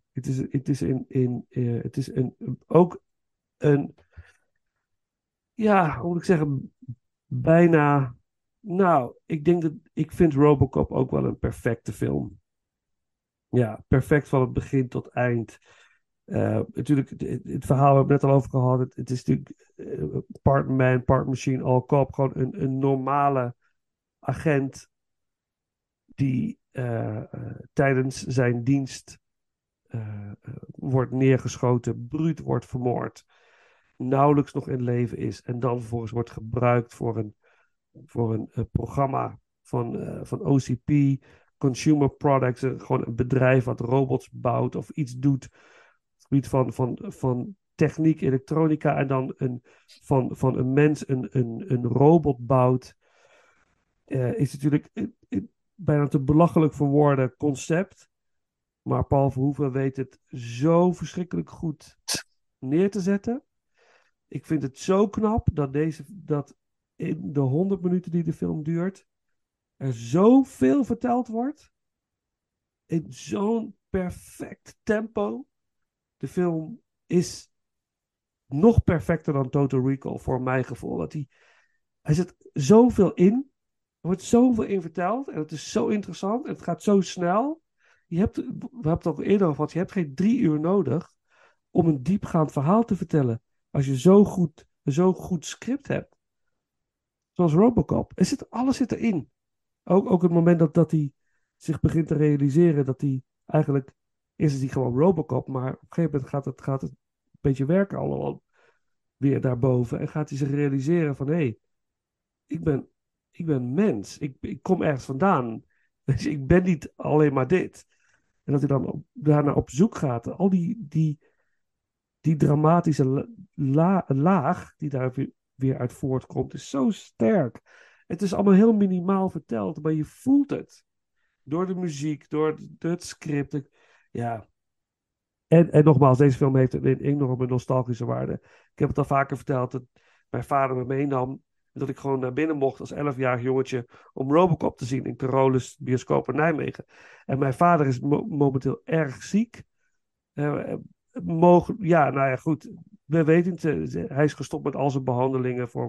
Het is ook een, ja, hoe moet ik zeggen, bijna, nou, ik vind Robocop ook wel een perfecte film. Ja, perfect van het begin tot eind. Natuurlijk, het verhaal hebben we het net al over gehad. Het is natuurlijk part man, part machine, all cop. Gewoon een normale agent die tijdens zijn dienst wordt neergeschoten, bruut wordt vermoord, nauwelijks nog in leven is en dan vervolgens wordt gebruikt voor een programma van OCP, Consumer Products, gewoon een bedrijf wat robots bouwt of iets doet op het gebied van techniek, elektronica en dan van een mens een robot bouwt, is natuurlijk bijna te belachelijk voor woorden concept. Maar Paul Verhoeven weet het zo verschrikkelijk goed neer te zetten. Ik vind het zo knap dat in de 100 minuten die de film duurt, er zoveel verteld wordt. In zo'n perfect tempo. De film is nog perfecter dan Total Recall voor mijn gevoel. Hij zet zoveel in. Er wordt zoveel in verteld. En het is zo interessant. En het gaat zo snel. We hebben het al eerder over gehad. Je hebt geen 3 uur nodig om een diepgaand verhaal te vertellen. Als je zo'n goed script hebt. Zoals Robocop. Alles zit erin. Ook het moment dat hij zich begint te realiseren dat hij eigenlijk... Eerst is hij gewoon Robocop. Maar op een gegeven moment gaat het een beetje werken allemaal. weer daarboven. En gaat hij zich realiseren van, hé, ik ben mens. Ik kom ergens vandaan. Dus ik ben niet alleen maar dit. En dat hij dan daarna op zoek gaat. Al die dramatische laag die daar weer uit voortkomt, is zo sterk. Het is allemaal heel minimaal verteld, maar je voelt het. Door de muziek, door het script. Ja. En nogmaals, deze film heeft een enorme nostalgische waarde. Ik heb het al vaker verteld dat mijn vader me meenam. En dat ik gewoon naar binnen mocht als 11-jarig jongetje om Robocop te zien in Carolus bioscoop in Nijmegen. En mijn vader is momenteel erg ziek. Ja, nou ja, goed. We weten het. Hij is gestopt met al zijn behandelingen voor